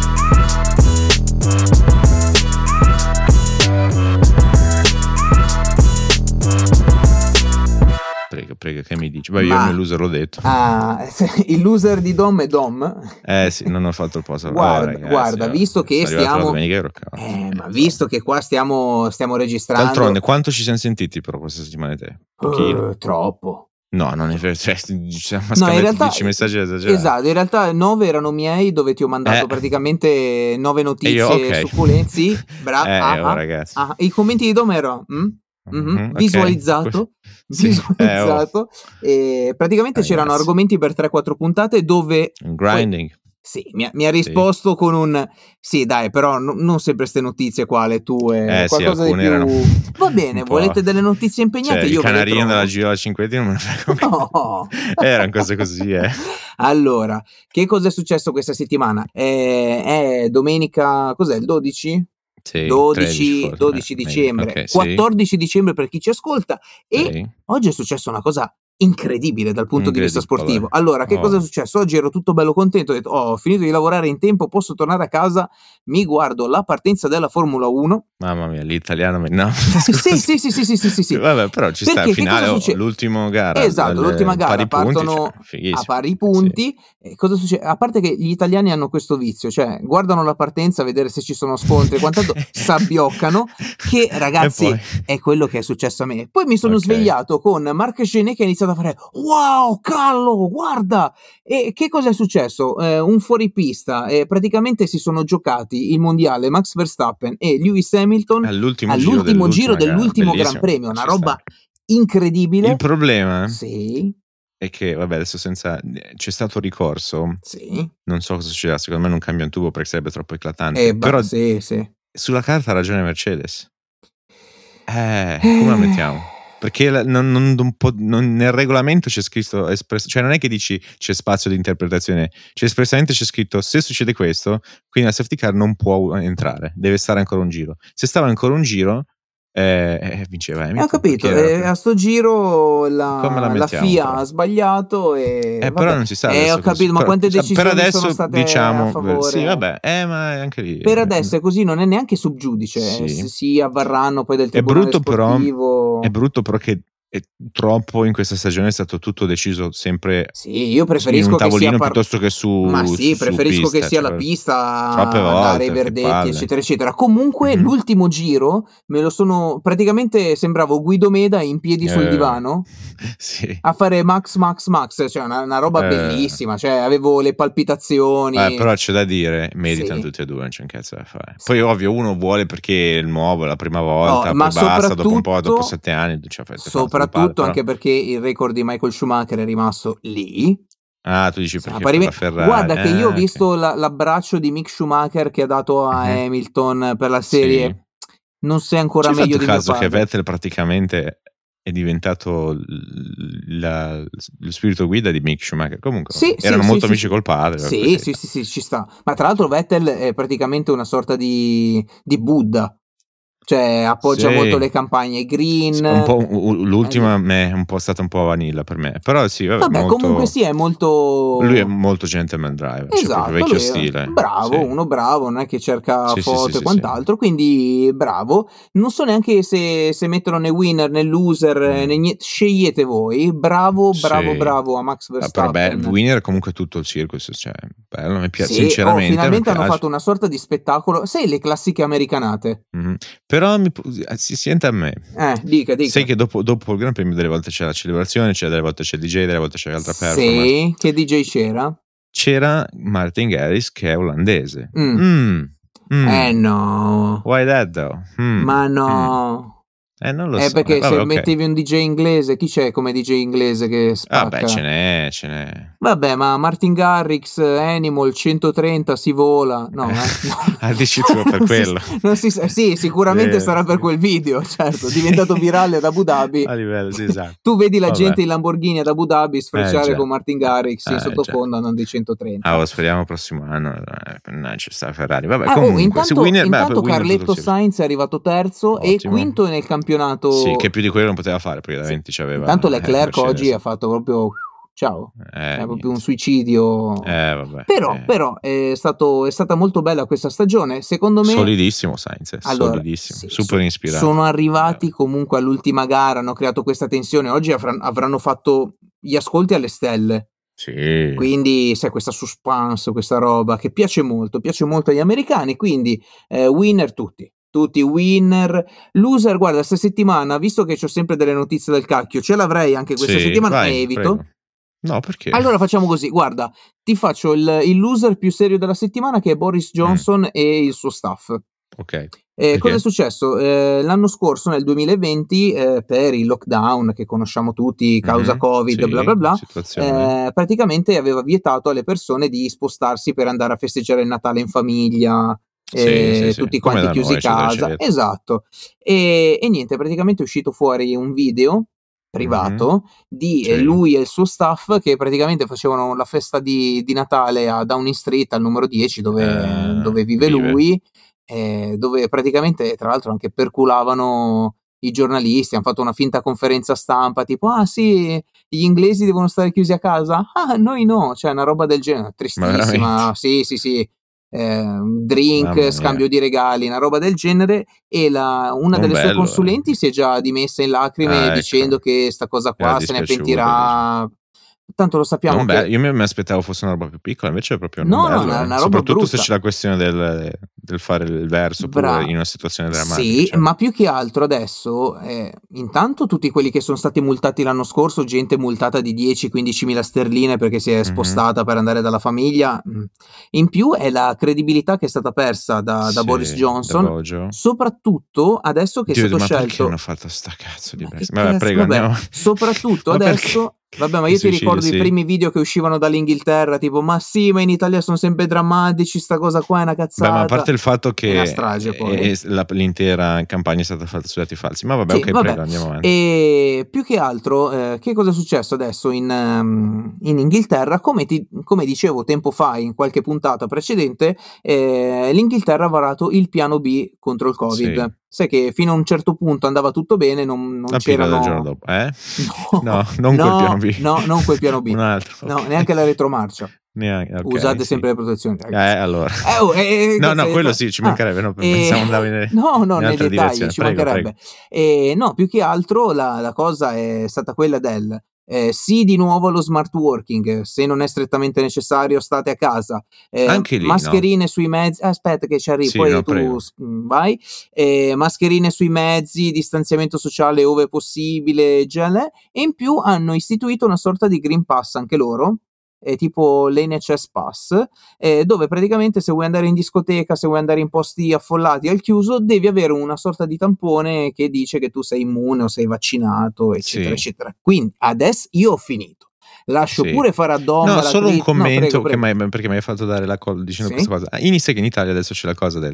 Prego, che mi dici? Beh, io il mio loser l'ho detto. Il loser di Dom è Dom? Sì, non ho fatto il posto. Guarda, visto che stiamo... visto che qua stiamo registrando... D'altronde, quanto ci siamo sentiti però questa settimana te? Troppo. No, non è vero, cioè, no, in realtà 10 messaggi esagerati. Esatto, in realtà 9 erano miei, dove ti ho mandato praticamente 9 notizie succulenti. Bravo, ragazzi. I commenti di Dom erano visualizzato. E praticamente c'erano argomenti per 3-4 puntate dove grinding. Sì, mi ha risposto con un sì, dai, però non sempre ste notizie qua, le tue, qualcosa di più. Va bene, volete delle notizie impegnate? Io il canarino della Giro 5 non me ne frega. No. Erano cose così, Allora, che cosa è successo questa settimana? È domenica, cos'è, il 12? Sì, 12 dicembre, okay, 14 dicembre per chi ci ascolta, e oggi è successa una cosa incredibile dal punto di vista sportivo. Allora, che cosa è successo? Oggi ero tutto bello contento, ho detto, ho finito di lavorare in tempo, posso tornare a casa, mi guardo la partenza della Formula 1. Mamma mia, l'italiano no. Sì. Vabbè, però ci sta il finale, l'ultima gara. Esatto, l'ultima gara partono a pari punti. Cosa succede? A parte che gli italiani hanno questo vizio, cioè guardano la partenza a vedere se ci sono scontri, quanto s'abbioccano, che ragazzi è quello che è successo a me. Poi mi sono svegliato con Marc Gené che ha iniziato a fare wow, Callo, guarda! E che cosa è successo? Un fuoripista, praticamente si sono giocati il mondiale Max Verstappen e Lewis Hamilton all'ultimo giro dell'ultimo Gran Premio, una roba incredibile. Il problema è che, vabbè, adesso c'è stato ricorso, non so cosa succederà, secondo me non cambia un tubo perché sarebbe troppo eclatante, però sulla carta ha ragione Mercedes. Come la mettiamo? Perché nel regolamento c'è scritto cioè non è che dici c'è spazio di interpretazione, espressamente c'è scritto se succede questo, quindi la safety car non può entrare, deve stare ancora un giro. Se stava ancora un giro vinceva Hamilton. Ho capito, a sto giro la FIA ha sbagliato però non si sa. Ho capito, ma quante decisioni per adesso, sono state diciamo, a favore? Sì, vabbè, ma anche lì. Per adesso è così, non è neanche subgiudice, si avvarranno poi del tribunale sportivo. È brutto però che troppo in questa stagione è stato tutto deciso sempre io preferisco in un tavolino che sia piuttosto che su preferisco pista, che sia la pista troppe volte, dare i verdetti eccetera eccetera. Comunque l'ultimo giro me lo sono praticamente, sembravo Guido Meda in piedi sul divano a fare Max, cioè una roba bellissima, cioè avevo le palpitazioni. Però c'è da dire, meritano tutti e due, non c'è un cazzo da fare. Poi ovvio uno vuole perché è il nuovo, è la prima volta, poi basta, dopo un po', dopo 7 anni soprattutto anche perché il record di Michael Schumacher è rimasto lì. Tu dici perché per la Ferrari. Guarda che io ho visto l'abbraccio di Mick Schumacher che ha dato a Hamilton per la serie. Non sei ancora meglio di mio padre. C'è fatto caso che Vettel praticamente è diventato lo spirito guida di Mick Schumacher. Comunque erano molto amici col padre. Sì, ci sta. Ma tra l'altro Vettel è praticamente una sorta di Buddha. Cioè appoggia molto le campagne green. Un po', l'ultima è un po' stata un po' vanilla per me, però vabbè molto, comunque è molto, lui è molto gentleman driver, esatto, proprio vecchio stile, uno bravo, non è che cerca foto e quant'altro, quindi bravo. Non so neanche se mettono né winner né loser né niente, scegliete voi. Bravo a Max Verstappen. Però beh, winner comunque tutto il circus, cioè bello, mi piace sinceramente. Finalmente hanno fatto una sorta di spettacolo, sai, le classiche americanate. Però si sente a me. Dica. Sai che dopo il Gran Premio delle volte c'è la celebrazione, delle volte c'è il DJ, delle volte c'è l'altra performance. Che DJ c'era? C'era Martin Garrix che è olandese. No. Why that though? Ma no. Non lo so. Perché vabbè, se mettevi un DJ inglese, chi c'è come DJ inglese che spacca? Vabbè, ce n'è. Vabbè, ma Martin Garrix, Animal 130 si vola. No, dici tu per quello. Sì, sicuramente sarà per quel video, certo, diventato virale ad Abu Dhabi. A livello, sì, esatto. Tu vedi la gente in Lamborghini ad Abu Dhabi sfrecciare con Martin Garrix in sottofondo andando di 130. Speriamo prossimo anno ci sta Ferrari. Vabbè, comunque, intanto Carletto Sainz è arrivato terzo. Ottimo. E quinto nel campionato. Sì, che più di quello non poteva fare perché davanti c'aveva. Intanto Leclerc oggi ha fatto proprio ciao, è proprio un suicidio. Vabbè. Però è stata molto bella questa stagione, secondo me. Solidissimo Sainz, solidissimo, sì, super ispirato. Sono arrivati comunque all'ultima gara, hanno creato questa tensione. Oggi avranno fatto gli ascolti alle stelle. Sì. Quindi sai, questa suspense, questa roba che piace molto agli americani, quindi winner tutti winner. Loser, guarda, questa settimana, visto che c'ho sempre delle notizie del cacchio, ce l'avrei anche questa settimana, ma evito. Prego. No, perché? Allora facciamo così, guarda, ti faccio il loser più serio della settimana, che è Boris Johnson e il suo staff. Ok. Cosa è successo? L'anno scorso, nel 2020, per il lockdown che conosciamo tutti, causa Covid, bla bla bla, praticamente aveva vietato alle persone di spostarsi per andare a festeggiare il Natale in famiglia. Tutti quanti chiusi in casa, esatto. E niente, praticamente è uscito fuori un video privato di lui e il suo staff che praticamente facevano la festa di Natale a Downing Street al numero 10 dove vive lui, dove praticamente tra l'altro anche perculavano i giornalisti, hanno fatto una finta conferenza stampa tipo sì, gli inglesi devono stare chiusi a casa, noi no, cioè una roba del genere, tristissima. Sì. Drink, scambio di regali, una roba del genere, e una delle sue consulenti si è già dimessa in lacrime dicendo che sta cosa qua se ne pentirà. Tanto lo sappiamo io mi aspettavo fosse una roba più piccola, invece è proprio una roba soprattutto brutta. se c'è la questione del fare il verso pure in una situazione drammatica. Sì, ma più che altro adesso intanto tutti quelli che sono stati multati l'anno scorso, gente multata di 10-15 mila sterline perché si è spostata per andare dalla famiglia, in più è la credibilità che è stata persa da Boris Johnson, soprattutto adesso che è stato scelto. Perché hanno fatto sta cazzo di Brexit? Vabbè, prego, andiamo. Soprattutto adesso. Vabbè, ma io ti ricordo i primi video che uscivano dall'Inghilterra, tipo, ma sì, ma in Italia sono sempre drammatici, sta cosa qua è una cazzata. Beh, ma a parte il fatto che è una strage, poi. L'intera campagna è stata fatta su dati falsi, ma vabbè, prego, andiamo avanti. E più che altro, che cosa è successo adesso in Inghilterra? Come dicevo tempo fa in qualche puntata precedente, l'Inghilterra ha varato il piano B contro il Covid. Sì. Sai che fino a un certo punto andava tutto bene, non c'erano. Il giorno dopo, No, non quel piano B. No, non quel piano B. Un altro. No, neanche la retromarcia. Okay, usate sempre le protezioni. Allora. No, quello sì, ci mancherebbe. No, pensavo andavi nei dettagli, ci mancherebbe. No, più che altro la cosa è stata quella del sì, di nuovo allo smart working, se non è strettamente necessario state a casa, anche lì, mascherine sui mezzi, aspetta che ci arrivi, poi tu vai, mascherine sui mezzi, distanziamento sociale ove possibile, e in più hanno istituito una sorta di Green Pass anche loro, tipo l'NHS Pass, dove praticamente se vuoi andare in discoteca, se vuoi andare in posti affollati al chiuso, devi avere una sorta di tampone che dice che tu sei immune o sei vaccinato, eccetera, eccetera. Quindi adesso io ho finito. Lascio pure fare a Dom. No, solo un commento prego. Perché mi hai fatto dare la dicendo questa cosa. Inizia che in Italia adesso c'è la cosa del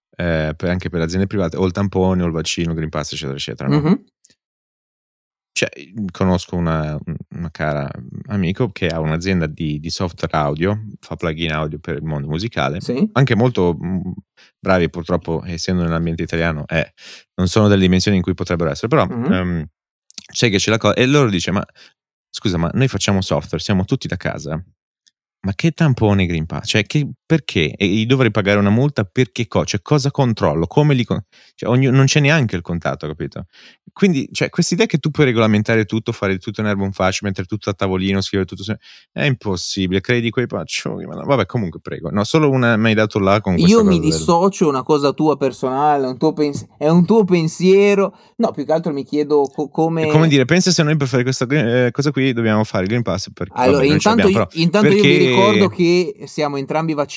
anche per le aziende private, o il tampone o il vaccino, Green Pass, eccetera, eccetera. No? Cioè, conosco una cara amico che ha un'azienda di software audio, fa plugin audio per il mondo musicale, anche molto bravi, purtroppo essendo nell'ambiente italiano non sono delle dimensioni in cui potrebbero essere, però c'è che c'è la cosa, e loro dice, ma scusa, ma noi facciamo software, siamo tutti da casa, ma che tampone Green Pass? Cioè, perché? E gli dovrei pagare una multa perché cioè, cosa controllo? Come non c'è neanche il contatto, capito? Quindi, cioè, questa idea che tu puoi regolamentare tutto, fare tutto in erba un fascio, mettere tutto a tavolino, scrivere tutto, è impossibile, credi quei paccioni, ma no. Vabbè, comunque, prego. No, solo una mi hai dato là con questa cosa. Io mi dissocio, è una cosa tua personale, è un tuo pensiero. No, più che altro mi chiedo come. È come dire, pensa se noi per fare questa cosa qui dobbiamo fare il Green Pass. Allora, intanto io vi ricordo che siamo entrambi vaccinati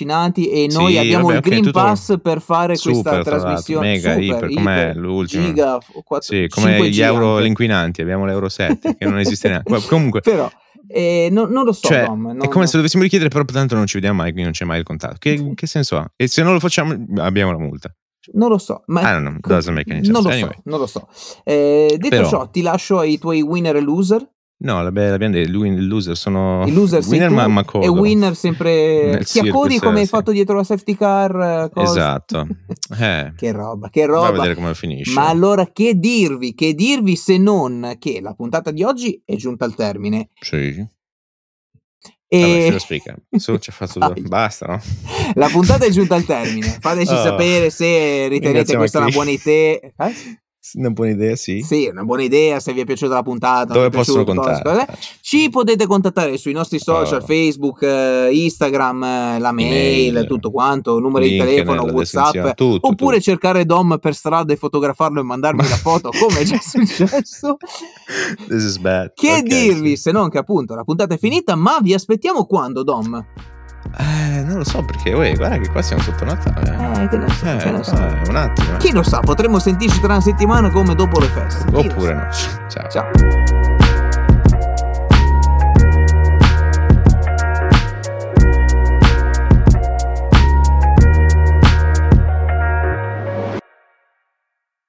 vaccinati e noi abbiamo il Green Pass per fare questa trasmissione mega, super, com'è l'ultimo? giga, sì, come gli euro inquinanti, abbiamo l'euro 7 che non esiste neanche. Comunque però non lo so, cioè, Dom, è come se dovessimo richiedere, però tanto non ci vediamo mai, quindi non c'è mai il contatto. Che senso ha? E se non lo facciamo abbiamo la multa. Non lo so, ma I don't know, doesn't make any sense. Non lo so. Detto però, ciò, ti lascio ai tuoi winner e loser. No, l'abbiamo detto, il loser sono il loser winner ma codo. E winner sempre ti accodi come hai fatto dietro la safety car, esatto. Che roba. Vai a vedere come finisce. Ma allora che dirvi se non che la puntata di oggi è giunta al termine. Sì. Vabbè, lo spiega. Su, ci ha fatto basta, no? La puntata è giunta al termine. Fateci sapere se ritenete questa una buona idea. Una buona idea, sì. Sì, una buona idea, se vi è piaciuta la puntata. Dove possono contattare? Ci potete contattare sui nostri social, Facebook, Instagram, la mail, tutto quanto, numero di telefono, WhatsApp, oppure cercare Dom per strada e fotografarlo e mandarmi la foto, come è già successo. This is bad. Che dirvi, se non che appunto la puntata è finita, ma vi aspettiamo quando, Dom? Non lo so, perché guarda che qua siamo sotto Natale. Che ne so. Un attimo. Chi lo sa, potremmo sentirci tra una settimana come dopo le feste. Oppure no. Ciao.